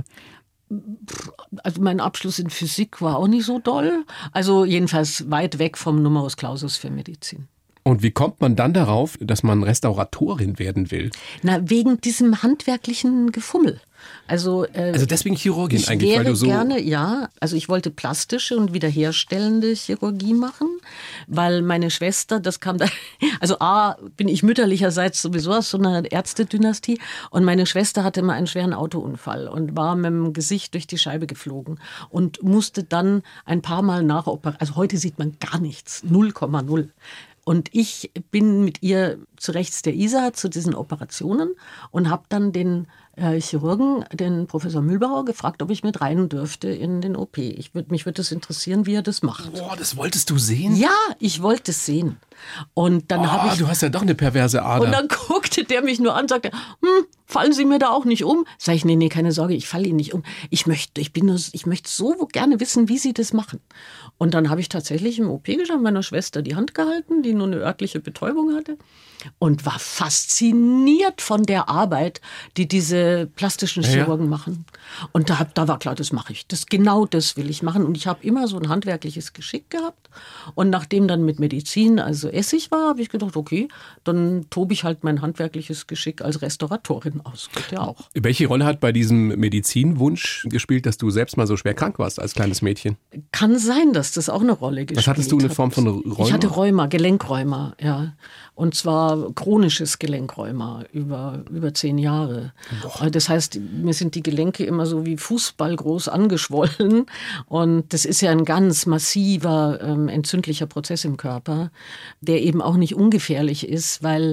Also mein Abschluss in Physik war auch nicht so doll. Also jedenfalls weit weg vom Numerus Clausus für Medizin. Und wie kommt man dann darauf, dass man Restauratorin werden will? Na, wegen diesem handwerklichen Gefummel. Also, äh, also deswegen Chirurgin ich eigentlich, wäre weil du so... gerne, ja, also ich wollte plastische und wiederherstellende Chirurgie machen, weil meine Schwester, das kam da, also A, bin ich mütterlicherseits sowieso aus so einer Ärztedynastie und meine Schwester hatte immer einen schweren Autounfall und war mit dem Gesicht durch die Scheibe geflogen und musste dann ein paar Mal nachoperieren. Also heute sieht man gar nichts, null Komma null. Und ich bin mit ihr zu rechts der Isar zu diesen Operationen und habe dann den äh, Chirurgen, den Professor Mühlbauer, gefragt, ob ich mit rein dürfte in den O P. Ich würd, mich würde es interessieren, wie er das macht. Boah, das wolltest du sehen? Ja, ich wollte es sehen. Und dann oh, habe ich... du hast ja doch eine perverse Ader. Und dann guckte der mich nur an und sagte, hm, fallen Sie mir da auch nicht um? Sag ich, nee, nee, keine Sorge, ich falle Ihnen nicht um. Ich möchte, ich bin nur, ich möchte so gerne wissen, wie Sie das machen. Und dann habe ich tatsächlich im O P geschaut, meiner Schwester die Hand gehalten, die nur eine örtliche Betäubung hatte und war fasziniert von der Arbeit, die diese plastischen Chirurgen ja. machen. Und da, da war klar, das mache ich. Das, genau das will ich machen. Und ich habe immer so ein handwerkliches Geschick gehabt. Und nachdem dann mit Medizin, also Essig war, habe ich gedacht, okay, dann tobe ich halt mein handwerkliches Geschick als Restauratorin aus. Geht ja auch. Welche Rolle hat bei diesem Medizinwunsch gespielt, dass du selbst mal so schwer krank warst als kleines Mädchen? Kann sein, dass das auch eine Rolle gespielt hat. Was hattest du, eine Form von Rheuma? Ich hatte Rheuma, Gelenkrheuma, ja. Und zwar chronisches Gelenkrheuma über, über zehn Jahre. Boah. Das heißt, mir sind die Gelenke immer so wie Fußball groß angeschwollen. Und das ist ja ein ganz massiver, ähm, entzündlicher Prozess im Körper, der eben auch nicht ungefährlich ist, weil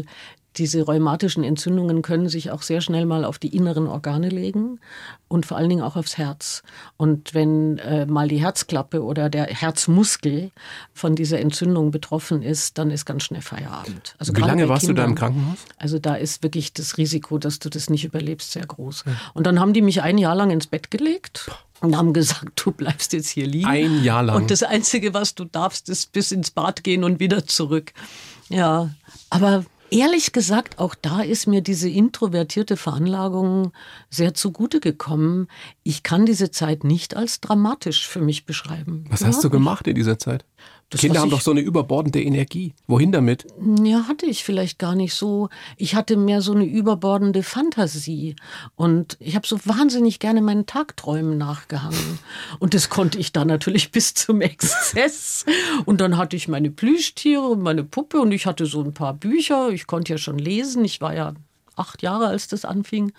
Diese rheumatischen Entzündungen können sich auch sehr schnell mal auf die inneren Organe legen und vor allen Dingen auch aufs Herz. Und wenn äh, mal die Herzklappe oder der Herzmuskel von dieser Entzündung betroffen ist, dann ist ganz schnell Feierabend. Also Wie lange warst Kindern, du da im Krankenhaus? Also da ist wirklich das Risiko, dass du das nicht überlebst, sehr groß. Ja. Und dann haben die mich ein Jahr lang ins Bett gelegt und haben gesagt, du bleibst jetzt hier liegen. Ein Jahr lang. Und das Einzige, was du darfst, ist bis ins Bad gehen und wieder zurück. Ja, aber ehrlich gesagt, auch da ist mir diese introvertierte Veranlagung sehr zugute gekommen. Ich kann diese Zeit nicht als dramatisch für mich beschreiben. Was hast du gemacht in dieser Zeit? Das, Kinder haben doch so eine überbordende Energie. Wohin damit? Ja, hatte ich vielleicht gar nicht so. Ich hatte mehr so eine überbordende Fantasie. Und ich habe so wahnsinnig gerne meinen Tagträumen nachgehangen. Und das konnte ich dann natürlich bis zum Exzess. Und dann hatte ich meine Plüschtiere und meine Puppe und ich hatte so ein paar Bücher. Ich konnte ja schon lesen. Ich war ja acht Jahre, als das anfing.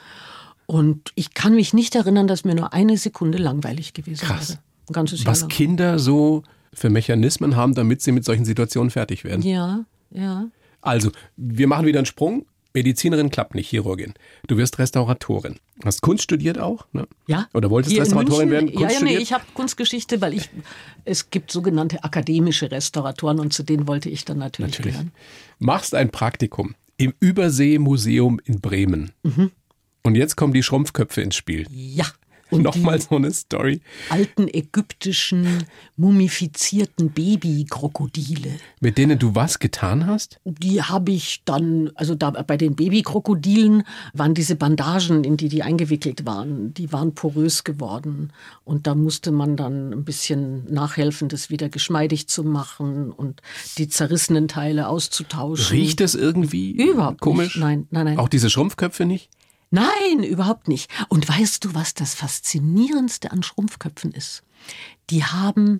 Und ich kann mich nicht erinnern, dass mir nur eine Sekunde langweilig gewesen wäre. Krass. Ein ganzes Jahr Was lang. Kinder so für Mechanismen haben, damit sie mit solchen Situationen fertig werden. Ja, ja. Also, wir machen wieder einen Sprung. Medizinerin klappt nicht, Chirurgin. Du wirst Restauratorin. Hast Kunst studiert auch? Ne? Ja. Oder wolltest Hier in Restauratorin München? werden? Kunst ja, ja, nee, studiert? ich habe Kunstgeschichte, weil ich, es gibt sogenannte akademische Restauratoren und zu denen wollte ich dann natürlich, Natürlich. gehören. Machst ein Praktikum im Überseemuseum in Bremen. Mhm. Und jetzt kommen die Schrumpfköpfe ins Spiel. Ja. Und nochmal so eine Story. Alten ägyptischen, mumifizierten Babykrokodile. Mit denen du was getan hast? Die habe ich dann, also da bei den Babykrokodilen waren diese Bandagen, in die die eingewickelt waren, die waren porös geworden. Und da musste man dann ein bisschen nachhelfen, das wieder geschmeidig zu machen und die zerrissenen Teile auszutauschen. Riecht es irgendwie Überhaupt komisch? nicht. Nein, nein, nein. Auch diese Schrumpfköpfe nicht? Nein, überhaupt nicht. Und weißt du, was das Faszinierendste an Schrumpfköpfen ist? Die haben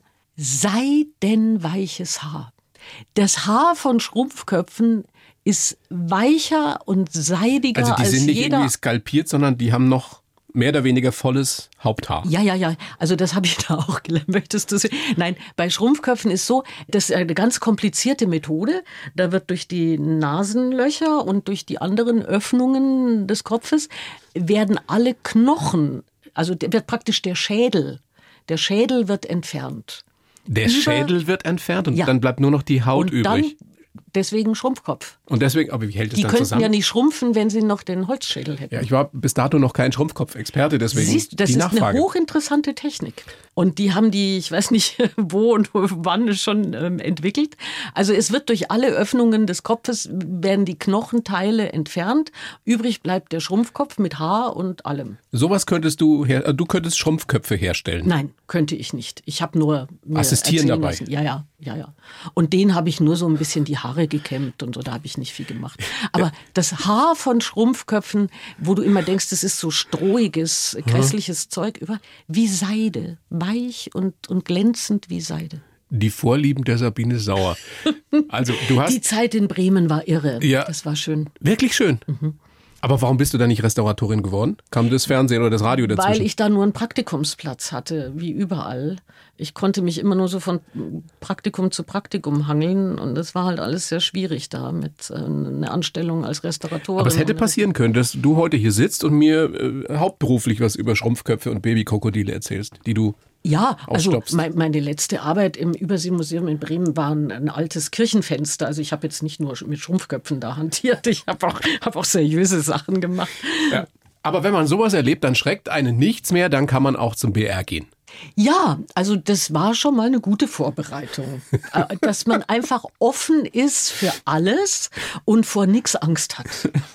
seidenweiches Haar. Das Haar von Schrumpfköpfen ist weicher und seidiger Also die als sind nicht jeder. irgendwie skalpiert, sondern die haben noch mehr oder weniger volles Haupthaar. Ja, ja, ja. Also das habe ich da auch gelernt. Möchtest du sehen? Nein, bei Schrumpfköpfen ist so, das ist eine ganz komplizierte Methode. Da wird durch die Nasenlöcher und durch die anderen Öffnungen des Kopfes werden alle Knochen, also wird praktisch der Schädel, der Schädel wird entfernt. Der Über- Schädel wird entfernt und Ja. dann bleibt nur noch die Haut und dann übrig. deswegen Schrumpfkopf. Und deswegen, aber wie hält es Die dann könnten zusammen? ja nicht schrumpfen, wenn sie noch den Holzschädel hätten. Ja, ich war bis dato noch kein Schrumpfkopf-Experte, deswegen Siehst du, das die ist Nachfrage. eine hochinteressante Technik. Und die haben die, ich weiß nicht wo und wann schon ähm, entwickelt. Also es wird durch alle Öffnungen des Kopfes, werden die Knochenteile entfernt. Übrig bleibt der Schrumpfkopf mit Haar und allem. Sowas könntest du, her, äh, du könntest Schrumpfköpfe herstellen. Nein, könnte ich nicht. Ich habe nur mir Assistieren erzählen dabei. lassen. Ja, ja, ja, ja. Und den habe ich nur so ein bisschen die Haare gekämmt und so, da habe ich nicht viel gemacht. Aber das Haar von Schrumpfköpfen, wo du immer denkst, das ist so strohiges, grässliches Zeug, über wie Seide, weich und, und glänzend wie Seide. Die Vorlieben der Sabine Sauer. Also du hast Die Zeit in Bremen war irre. Ja. Das war schön. wirklich schön. Mhm. Aber warum bist du da nicht Restauratorin geworden? Kam das Fernsehen oder das Radio dazwischen? Weil ich da nur einen Praktikumsplatz hatte, wie überall. Ich konnte mich immer nur so von Praktikum zu Praktikum hangeln und das war halt alles sehr schwierig da mit äh, einer Anstellung als Restauratorin. Aber es hätte passieren können, dass du heute hier sitzt und mir äh, hauptberuflich was über Schrumpfköpfe und Babykrokodile erzählst, die du Ja, also ausstopfst. mein, meine letzte Arbeit im Überseemuseum in Bremen war ein, ein altes Kirchenfenster. Also ich habe jetzt nicht nur mit Schrumpfköpfen da hantiert, ich habe auch, hab auch seriöse Sachen gemacht. Ja. Aber wenn man sowas erlebt, dann schreckt einen nichts mehr, dann kann man auch zum B R gehen. Ja, also das war schon mal eine gute Vorbereitung. Äh, Dass man einfach offen ist für alles und vor nichts Angst hat.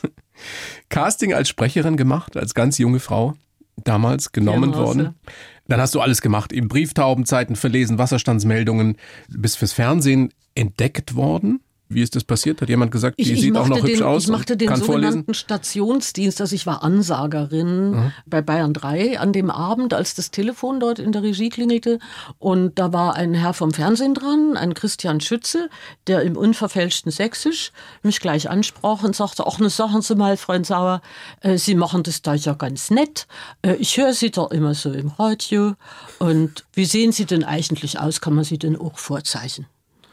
Casting als Sprecherin gemacht, als ganz junge Frau, damals genommen Genau, worden. Dann hast du alles gemacht, eben Brieftaubenzeiten verlesen, Wasserstandsmeldungen, bist fürs Fernsehen entdeckt worden. Wie ist das passiert? Hat jemand gesagt, die Ich, ich sieht auch noch machte hübsch den, aus ich machte und den kann sogenannten vorlesen? Stationsdienst, also ich war Ansagerin Mhm. bei Bayern drei an dem Abend, als das Telefon dort in der Regie klingelte. Und da war ein Herr vom Fernsehen dran, ein Christian Schütze, der im unverfälschten Sächsisch mich gleich ansprach und sagte, ach, ne, sagen Sie mal, Freund Sauer, äh, Sie machen das da ja ganz nett. Äh, ich höre Sie da immer so im Radio. Und wie sehen Sie denn eigentlich aus? Kann man Sie denn auch vorzeichnen?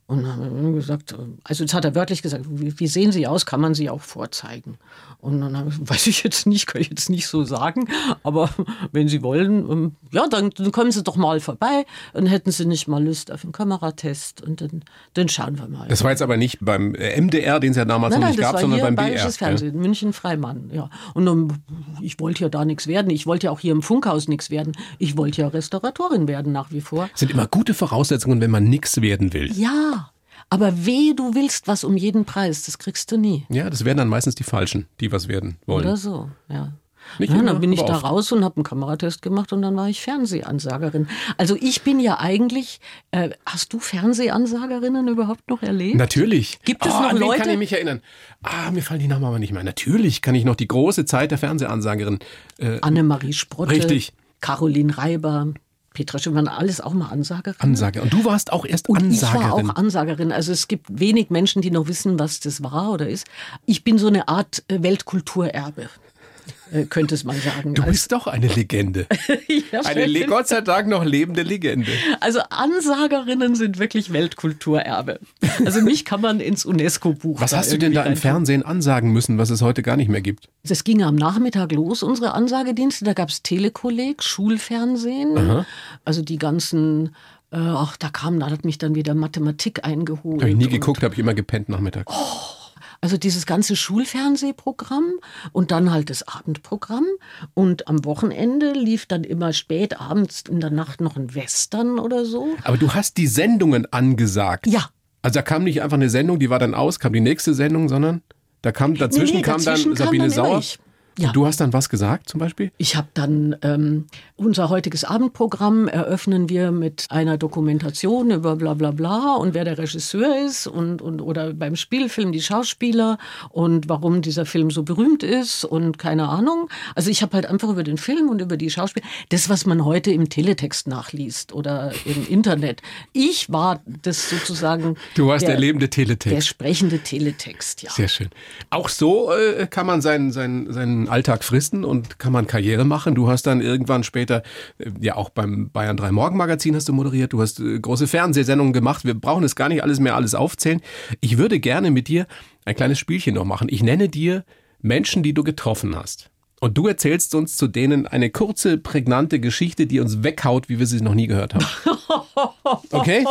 Und dann haben wir gesagt, also jetzt hat er wörtlich gesagt, wie, wie sehen Sie aus, kann man Sie auch vorzeigen? Und dann habe ich, weiß ich jetzt nicht, kann ich jetzt nicht so sagen, aber wenn Sie wollen, ja, dann, dann kommen Sie doch mal vorbei und hätten Sie nicht mal Lust auf einen Kameratest und dann, dann schauen wir mal. Das war jetzt aber nicht beim M D R, den es ja damals nein, noch nicht nein, gab, das war sondern hier beim B R. Bayerisches Fernsehen, ja. München Freimann, ja. Und dann, ich wollte ja da nichts werden, ich wollte ja auch hier im Funkhaus nichts werden, ich wollte ja Restauratorin werden nach wie vor. Das sind immer gute Voraussetzungen, wenn man nichts werden will. Ja, aber weh, du willst was um jeden Preis, das kriegst du nie. Ja, das werden dann meistens die Falschen, die was werden wollen. Oder so, ja. Nicht ja, immer, dann bin ich aber da oft. raus und habe einen Kameratest gemacht und dann war ich Fernsehansagerin. Also ich bin ja eigentlich, äh, hast du Fernsehansagerinnen überhaupt noch erlebt? Natürlich. Gibt es oh, noch an wen Leute? kann ich mich erinnern? Ah, mir fallen die Namen aber nicht mehr. Natürlich kann ich noch die große Zeit der Fernsehansagerin. Äh, Annemarie Sprotte, Richtig. Caroline Reiber, Petra Schimmern, alles auch mal Ansagerin. Ansage. Und du warst auch erst Und Ansagerin. ich war auch Ansagerin. Also es gibt wenig Menschen, die noch wissen, was das war oder ist. Ich bin so eine Art äh, Weltkulturerbe, äh, könnte es man sagen. Du Als- bist doch eine Legende. Ja, Eine le- schön. Gott sei Dank noch lebende Legende. Also Ansagerinnen sind wirklich Weltkulturerbe. Also mich kann man ins UNESCO-Buch. Was da hast du denn da irgendwie im Fernsehen ansagen müssen, was es heute gar nicht mehr gibt? Das ging am Nachmittag los, unsere Ansagedienste. Da gab es Telekolleg, Schulfernsehen. Aha. Also die ganzen, äh, ach, da kam, da hat mich dann wieder Mathematik eingeholt. Habe ich nie und- geguckt, habe ich immer gepennt nachmittags. Also dieses ganze Schulfernsehprogramm und dann halt das Abendprogramm. Und am Wochenende lief dann immer spät abends in der Nacht noch ein Western oder so. Aber du hast die Sendungen angesagt. Ja. Also da kam nicht einfach eine Sendung, die war dann aus, kam die nächste Sendung, sondern da kam dazwischen Nee, nee, kam dazwischen dann Sabine kam dann immer Sauer. ich. Ja. Und du hast dann was gesagt zum Beispiel? Ich habe dann ähm, unser heutiges Abendprogramm eröffnen wir mit einer Dokumentation über bla bla bla und wer der Regisseur ist und, und oder beim Spielfilm die Schauspieler und warum dieser Film so berühmt ist und keine Ahnung. Also ich habe halt einfach über den Film und über die Schauspieler, das, was man heute im Teletext nachliest oder im Internet. Ich war das sozusagen Du warst der, lebende Teletext. der sprechende Teletext, ja. Sehr schön. Auch so äh, kann man seinen, seinen, seinen Alltag fristen und kann man Karriere machen. Du hast dann irgendwann später, äh, ja auch beim Bayern drei Morgenmagazin hast du moderiert, du hast äh, große Fernsehsendungen gemacht. Wir brauchen es gar nicht alles mehr alles aufzählen. Ich würde gerne mit dir ein kleines Spielchen noch machen. Ich nenne dir Menschen, die du getroffen hast. Und du erzählst uns zu denen eine kurze, prägnante Geschichte, die uns weghaut, wie wir sie noch nie gehört haben. Okay?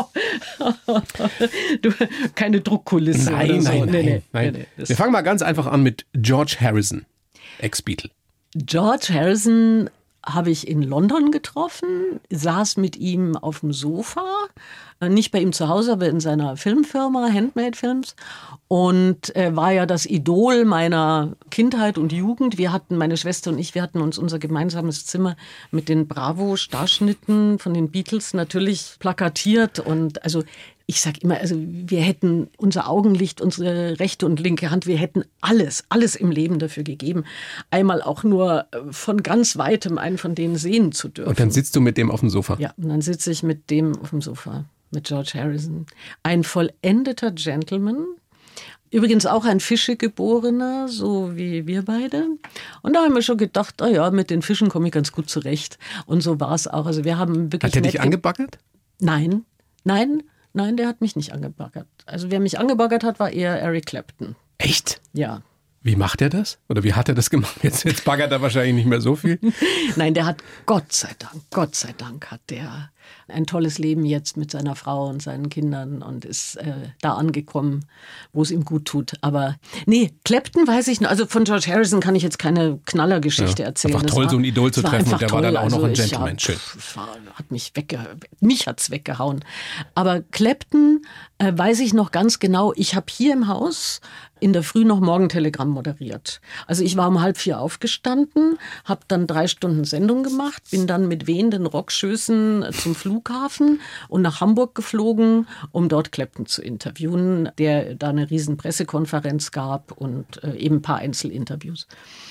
Du, keine Druckkulisse Nein, oder so. nein, nein. Nee, nee, nein. nee, nee, das- Wir fangen mal ganz einfach an mit George Harrison, Ex-Beatle. George Harrison habe ich in London getroffen, saß mit ihm auf dem Sofa, nicht bei ihm zu Hause, aber in seiner Filmfirma, Handmade Films. Und er war ja das Idol meiner Kindheit und Jugend. Wir hatten, meine Schwester und ich, wir hatten uns unser gemeinsames Zimmer mit den Bravo-Starschnitten von den Beatles natürlich plakatiert. Und also ich sag immer, also wir hätten unser Augenlicht, unsere rechte und linke Hand, wir hätten alles, alles im Leben dafür gegeben, einmal auch nur von ganz weitem einen von denen sehen zu dürfen. Und dann sitzt du mit dem auf dem Sofa. Ja, und dann sitze ich mit dem auf dem Sofa, mit George Harrison. Ein vollendeter Gentleman. Übrigens auch ein Fischegeborener, so wie wir beide. Und da haben wir schon gedacht, oh ja, mit den Fischen komme ich ganz gut zurecht. Und so war es auch. Also wir haben wirklich Hat er dich nett- angebaggert? Nein, nein, nein, der hat mich nicht angebaggert. Also wer mich angebaggert hat, war eher Eric Clapton. Echt? Ja. Wie macht er das? Oder wie hat er das gemacht? Jetzt, jetzt baggert er wahrscheinlich nicht mehr so viel. Nein, der hat, Gott sei Dank, Gott sei Dank hat der ein tolles Leben jetzt mit seiner Frau und seinen Kindern und ist äh, da angekommen, wo es ihm gut tut. Aber nee, Clapton weiß ich noch, also von George Harrison kann ich jetzt keine Knallergeschichte Ja, erzählen. einfach Das toll, war, so ein Idol zu das treffen und einfach der war dann auch noch ein ich, Gentleman. Ja, Schön. pff, es war, hat mich wegge mich hat's weggehauen. Aber Clapton äh, weiß ich noch ganz genau, ich habe hier im Haus in der Früh noch Morgentelegramm moderiert. Also ich war um halb vier aufgestanden, habe dann drei Stunden Sendung gemacht, bin dann mit wehenden Rockschößen zum Flughafen und nach Hamburg geflogen, um dort Clapton zu interviewen, der da eine riesen Pressekonferenz gab und äh, eben ein paar Einzelinterviews.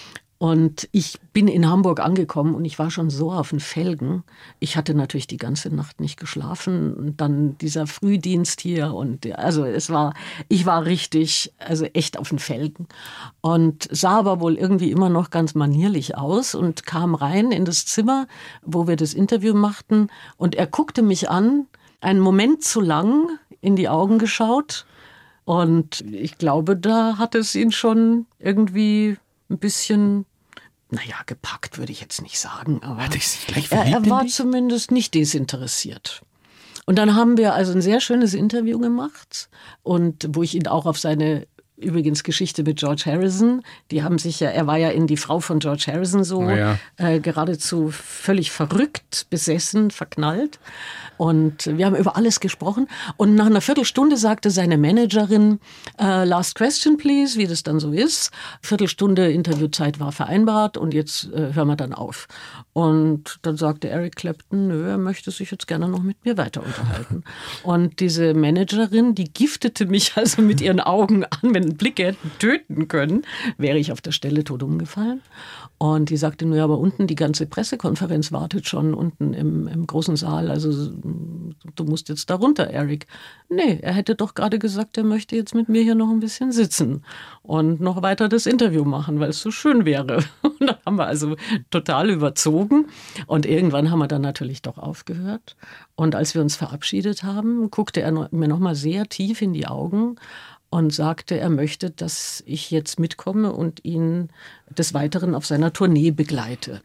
Und ich bin in Hamburg angekommen und ich war schon so auf den Felgen. Ich hatte natürlich die ganze Nacht nicht geschlafen und dann dieser Frühdienst hier und also es war, ich war richtig, also echt auf den Felgen und sah aber wohl irgendwie immer noch ganz manierlich aus und kam rein in das Zimmer, wo wir das Interview machten und er guckte mich an, einen Moment zu lang, in die Augen geschaut. Und ich glaube, da hat es ihn schon irgendwie ein bisschen, naja, gepackt würde ich jetzt nicht sagen. Aber Hat er sich gleich er, verliebt er war in dich? zumindest nicht desinteressiert. Und dann haben wir also ein sehr schönes Interview gemacht und wo ich ihn auch auf seine übrigens Geschichte mit George Harrison, die haben sich ja, er war ja in die Frau von George Harrison so ja. äh, geradezu völlig verrückt, besessen, verknallt. Und wir haben über alles gesprochen. Und nach einer Viertelstunde sagte seine Managerin, äh, last question please, wie das dann so ist. Viertelstunde Interviewzeit war vereinbart und jetzt äh, hören wir dann auf. Und dann sagte Eric Clapton, nö, er möchte sich jetzt gerne noch mit mir weiter unterhalten. Und diese Managerin, die giftete mich also mit ihren Augen an, wenn Blicke hätten töten können, wäre ich auf der Stelle tot umgefallen. Und die sagte, naja, aber unten die ganze Pressekonferenz wartet schon, unten im, im großen Saal. Also du musst jetzt da runter, Eric. Nee, er hätte doch gerade gesagt, er möchte jetzt mit mir hier noch ein bisschen sitzen und noch weiter das Interview machen, weil es so schön wäre. Und dann haben wir also total überzogen. Und irgendwann haben wir dann natürlich doch aufgehört. Und als wir uns verabschiedet haben, guckte er mir noch mal sehr tief in die Augen und sagte, er möchte, dass ich jetzt mitkomme und ihn des Weiteren auf seiner Tournee begleite.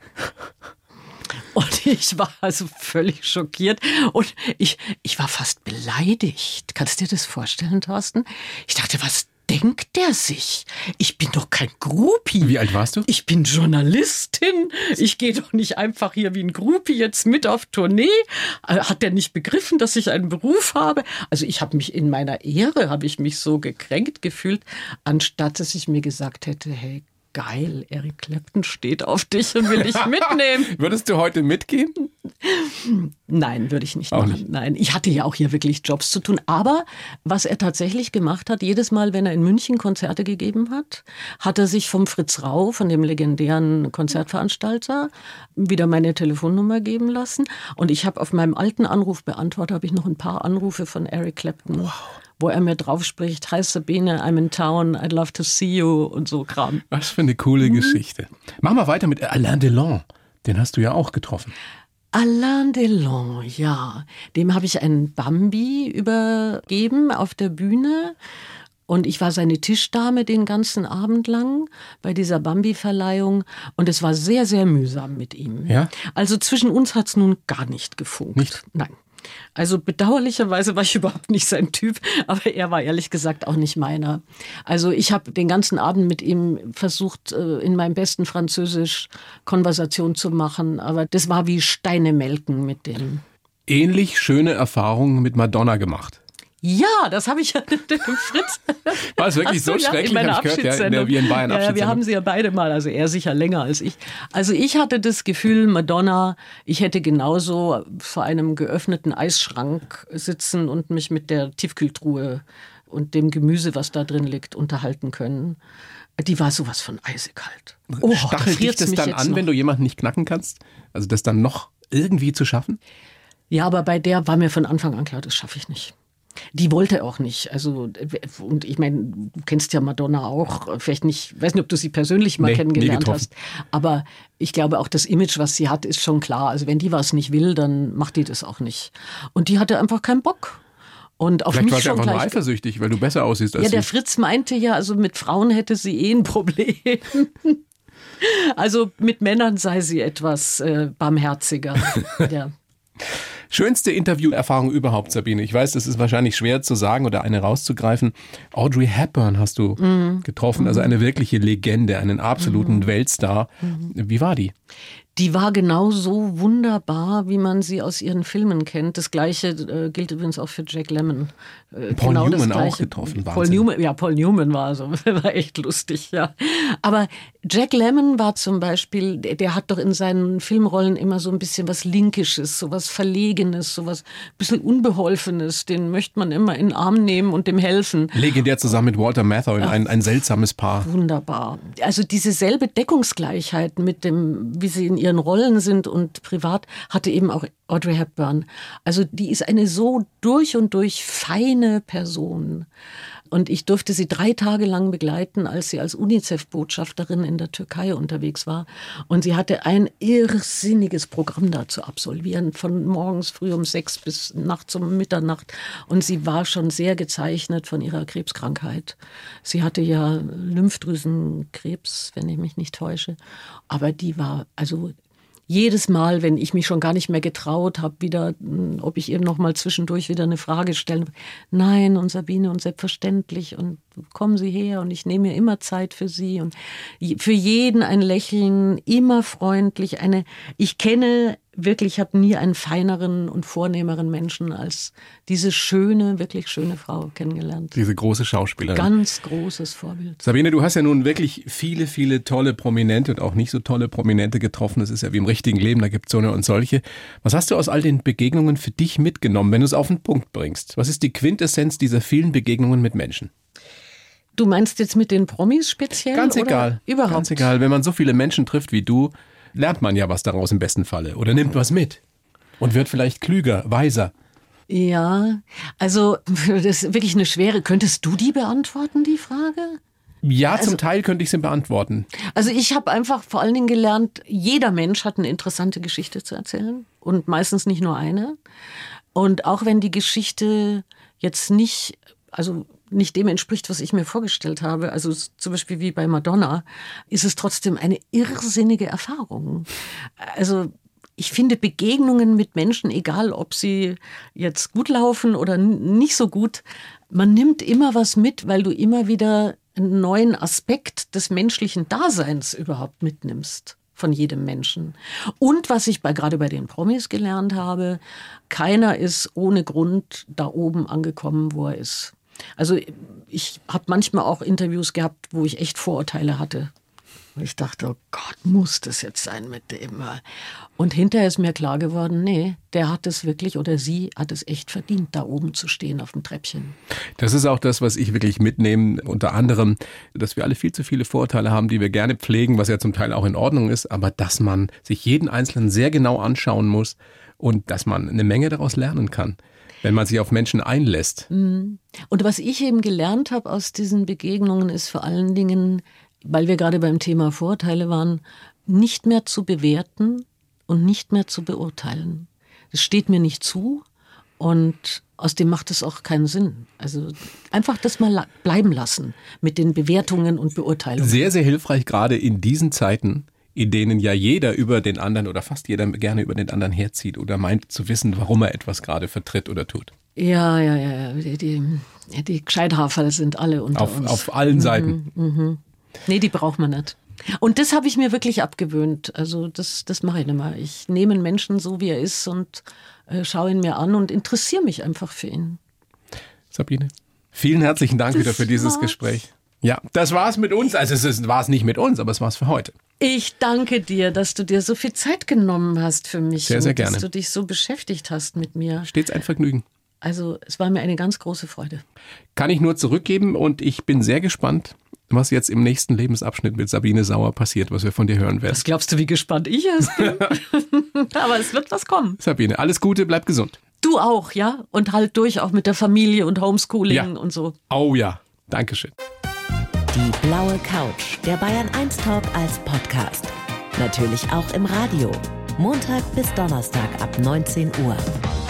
Und ich war also völlig schockiert und ich, ich war fast beleidigt. Kannst du dir das vorstellen, Thorsten? Ich dachte, was denkt der sich? Ich bin doch kein Groupie. Wie alt warst du? Ich bin Journalistin. Ich gehe doch nicht einfach hier wie ein Groupie jetzt mit auf Tournee. Hat der nicht begriffen, dass ich einen Beruf habe? Also ich habe mich in meiner Ehre, habe ich mich so gekränkt gefühlt, anstatt dass ich mir gesagt hätte, hey, geil, Eric Clapton steht auf dich und will dich mitnehmen. Würdest du heute mitgehen? Nein, würde ich nicht auch machen. Nicht. Nein, ich hatte ja auch hier wirklich Jobs zu tun. Aber was er tatsächlich gemacht hat, jedes Mal, wenn er in München Konzerte gegeben hat, hat er sich vom Fritz Rau, von dem legendären Konzertveranstalter, wieder meine Telefonnummer geben lassen. Und ich habe auf meinem alten Anrufbeantworter habe ich noch ein paar Anrufe von Eric Clapton. Wow. Wo er mir drauf spricht, hi Sabine, I'm in town, I'd love to see you und so Kram. Was für eine coole mhm. Geschichte. Machen wir weiter mit Alain Delon. Den hast du ja auch getroffen. Alain Delon, ja. Dem habe ich einen Bambi übergeben auf der Bühne. Und ich war seine Tischdame den ganzen Abend lang bei dieser Bambi-Verleihung. Und es war sehr, sehr mühsam mit ihm. Ja? Also zwischen uns hat es nun gar nicht gefunkt. Nicht? Nein. Also bedauerlicherweise war ich überhaupt nicht sein Typ, aber er war ehrlich gesagt auch nicht meiner. Also ich habe den ganzen Abend mit ihm versucht, in meinem besten Französisch Konversation zu machen, aber das war wie Steine melken mit dem. Ähnlich schöne Erfahrungen mit Madonna gemacht. Ja, das habe ich ja mit dem Fritz. War es wirklich so ja, schrecklich, in meiner hab ich gehört, ja, in der Wir in Bayern ja, ja, wir haben sie ja beide mal, also er sicher länger als ich. Also ich hatte das Gefühl, Madonna, ich hätte genauso vor einem geöffneten Eisschrank sitzen und mich mit der Tiefkühltruhe und dem Gemüse, was da drin liegt, unterhalten können. Die war sowas von eisekalt. Oh, stachelt dich das dann an, noch. Wenn du jemanden nicht knacken kannst? Also das dann noch irgendwie zu schaffen? Ja, aber bei der war mir von Anfang an klar, das schaffe ich nicht. Die wollte auch nicht. Also, und ich meine, du kennst ja Madonna auch, vielleicht nicht, weiß nicht, ob du sie persönlich mal nee, kennengelernt hast, aber ich glaube auch das Image, was sie hat, ist schon klar. Also wenn die was nicht will, dann macht die das auch nicht. Und die hatte einfach keinen Bock. Und auf Vielleicht mich war sie schon einfach nur gleich eifersüchtig, weil du besser aussiehst als Ja, der sie. Fritz meinte ja, also mit Frauen hätte sie eh ein Problem. Also mit Männern sei sie etwas äh, barmherziger. Ja. Schönste Interviewerfahrung überhaupt, Sabine. Ich weiß, das ist wahrscheinlich schwer zu sagen oder eine rauszugreifen. Audrey Hepburn hast du mm. getroffen, also eine wirkliche Legende, einen absoluten mm. Weltstar. Mm. Wie war die? Die war genau so wunderbar, wie man sie aus ihren Filmen kennt. Das Gleiche äh, gilt übrigens auch für Jack Lemmon. Äh, Paul genau Newman auch getroffen. Paul Newman, ja, Paul Newman war so, war echt lustig, ja. Aber Jack Lemmon war zum Beispiel, der, der hat doch in seinen Filmrollen immer so ein bisschen was Linkisches, so was Verlegenes, so was ein bisschen Unbeholfenes. Den möchte man immer in den Arm nehmen und dem helfen. Legendär zusammen mit Walter Matthau, ein, ein seltsames Paar. Wunderbar. Also diese selbe Deckungsgleichheit mit dem wie sie in ihren Rollen sind und privat, hatte eben auch Audrey Hepburn. Also die ist eine so durch und durch feine Person. Und ich durfte sie drei Tage lang begleiten, als sie als UNICEF-Botschafterin in der Türkei unterwegs war. Und sie hatte ein irrsinniges Programm da zu absolvieren, von morgens früh um sechs bis nachts um Mitternacht. Und sie war schon sehr gezeichnet von ihrer Krebskrankheit. Sie hatte ja Lymphdrüsenkrebs, wenn ich mich nicht täusche. Aber die war, also jedes Mal, wenn ich mich schon gar nicht mehr getraut habe, wieder, ob ich ihr noch mal zwischendurch wieder eine Frage stellen, nein, und Sabine, und selbstverständlich, und kommen Sie her, und ich nehme mir immer Zeit für Sie, und für jeden ein Lächeln, immer freundlich, eine, ich kenne wirklich, ich habe nie einen feineren und vornehmeren Menschen als diese schöne, wirklich schöne Frau kennengelernt. Diese große Schauspielerin. Ganz großes Vorbild. Sabine, du hast ja nun wirklich viele, viele tolle Prominente und auch nicht so tolle Prominente getroffen. Das ist ja wie im richtigen Leben, da gibt es so eine und solche. Was hast du aus all den Begegnungen für dich mitgenommen, wenn du es auf den Punkt bringst? Was ist die Quintessenz dieser vielen Begegnungen mit Menschen? Du meinst jetzt mit den Promis speziell? Ganz oder egal. Überhaupt. Ganz egal. Wenn man so viele Menschen trifft wie du, lernt man ja was daraus im besten Falle oder nimmt was mit und wird vielleicht klüger, weiser. Ja, also das ist wirklich eine schwere. Könntest du die beantworten, die Frage? Ja, Also- zum Teil könnte ich sie beantworten. Also ich habe einfach vor allen Dingen gelernt, jeder Mensch hat eine interessante Geschichte zu erzählen und meistens nicht nur eine. Und auch wenn die Geschichte jetzt nicht, also nicht dem entspricht, was ich mir vorgestellt habe, also zum Beispiel wie bei Madonna, ist es trotzdem eine irrsinnige Erfahrung. Also ich finde Begegnungen mit Menschen, egal ob sie jetzt gut laufen oder n- nicht so gut, man nimmt immer was mit, weil du immer wieder einen neuen Aspekt des menschlichen Daseins überhaupt mitnimmst. Von jedem Menschen. Und was ich bei, gerade bei den Promis gelernt habe, keiner ist ohne Grund da oben angekommen, wo er ist. Also ich habe manchmal auch Interviews gehabt, wo ich echt Vorurteile hatte. Und ich dachte, oh Gott, muss das jetzt sein mit dem? Und hinterher ist mir klar geworden, nee, der hat es wirklich oder sie hat es echt verdient, da oben zu stehen auf dem Treppchen. Das ist auch das, was ich wirklich mitnehme, unter anderem, dass wir alle viel zu viele Vorurteile haben, die wir gerne pflegen, was ja zum Teil auch in Ordnung ist, aber dass man sich jeden Einzelnen sehr genau anschauen muss und dass man eine Menge daraus lernen kann, wenn man sich auf Menschen einlässt. Und was ich eben gelernt habe aus diesen Begegnungen ist vor allen Dingen, weil wir gerade beim Thema Vorurteile waren, nicht mehr zu bewerten und nicht mehr zu beurteilen. Das steht mir nicht zu und außerdem macht es auch keinen Sinn. Also einfach das mal la- bleiben lassen mit den Bewertungen und Beurteilungen. Sehr, sehr hilfreich, gerade in diesen Zeiten, in denen ja jeder über den anderen oder fast jeder gerne über den anderen herzieht oder meint zu wissen, warum er etwas gerade vertritt oder tut. Ja, ja, ja, die, die, die Gescheithaferl sind alle unter Auf, uns. auf allen Seiten. Mhm. Nee, die braucht man nicht. Und das habe ich mir wirklich abgewöhnt. Also das, das mache ich nicht mehr. Ich nehme einen Menschen so, wie er ist und äh, schaue ihn mir an und interessiere mich einfach für ihn. Sabine, vielen herzlichen Dank Das wieder für dieses war's. Gespräch. Ja, das war's mit uns. Also es war es nicht mit uns, aber es war's für heute. Ich danke dir, dass du dir so viel Zeit genommen hast für mich. Sehr, sehr und gerne. Dass du dich so beschäftigt hast mit mir. Stets ein Vergnügen. Also es war mir eine ganz große Freude. Kann ich nur zurückgeben und ich bin sehr gespannt, was jetzt im nächsten Lebensabschnitt mit Sabine Sauer passiert, was wir von dir hören werden. Was glaubst du, wie gespannt ich erst bin? Aber es wird was kommen. Sabine, alles Gute, bleib gesund. Du auch, ja? Und halt durch auch mit der Familie und Homeschooling Ja. und so. Oh ja, Dankeschön. Die blaue Couch, der Bayern eins Talk als Podcast. Natürlich auch im Radio. Montag bis Donnerstag ab neunzehn Uhr.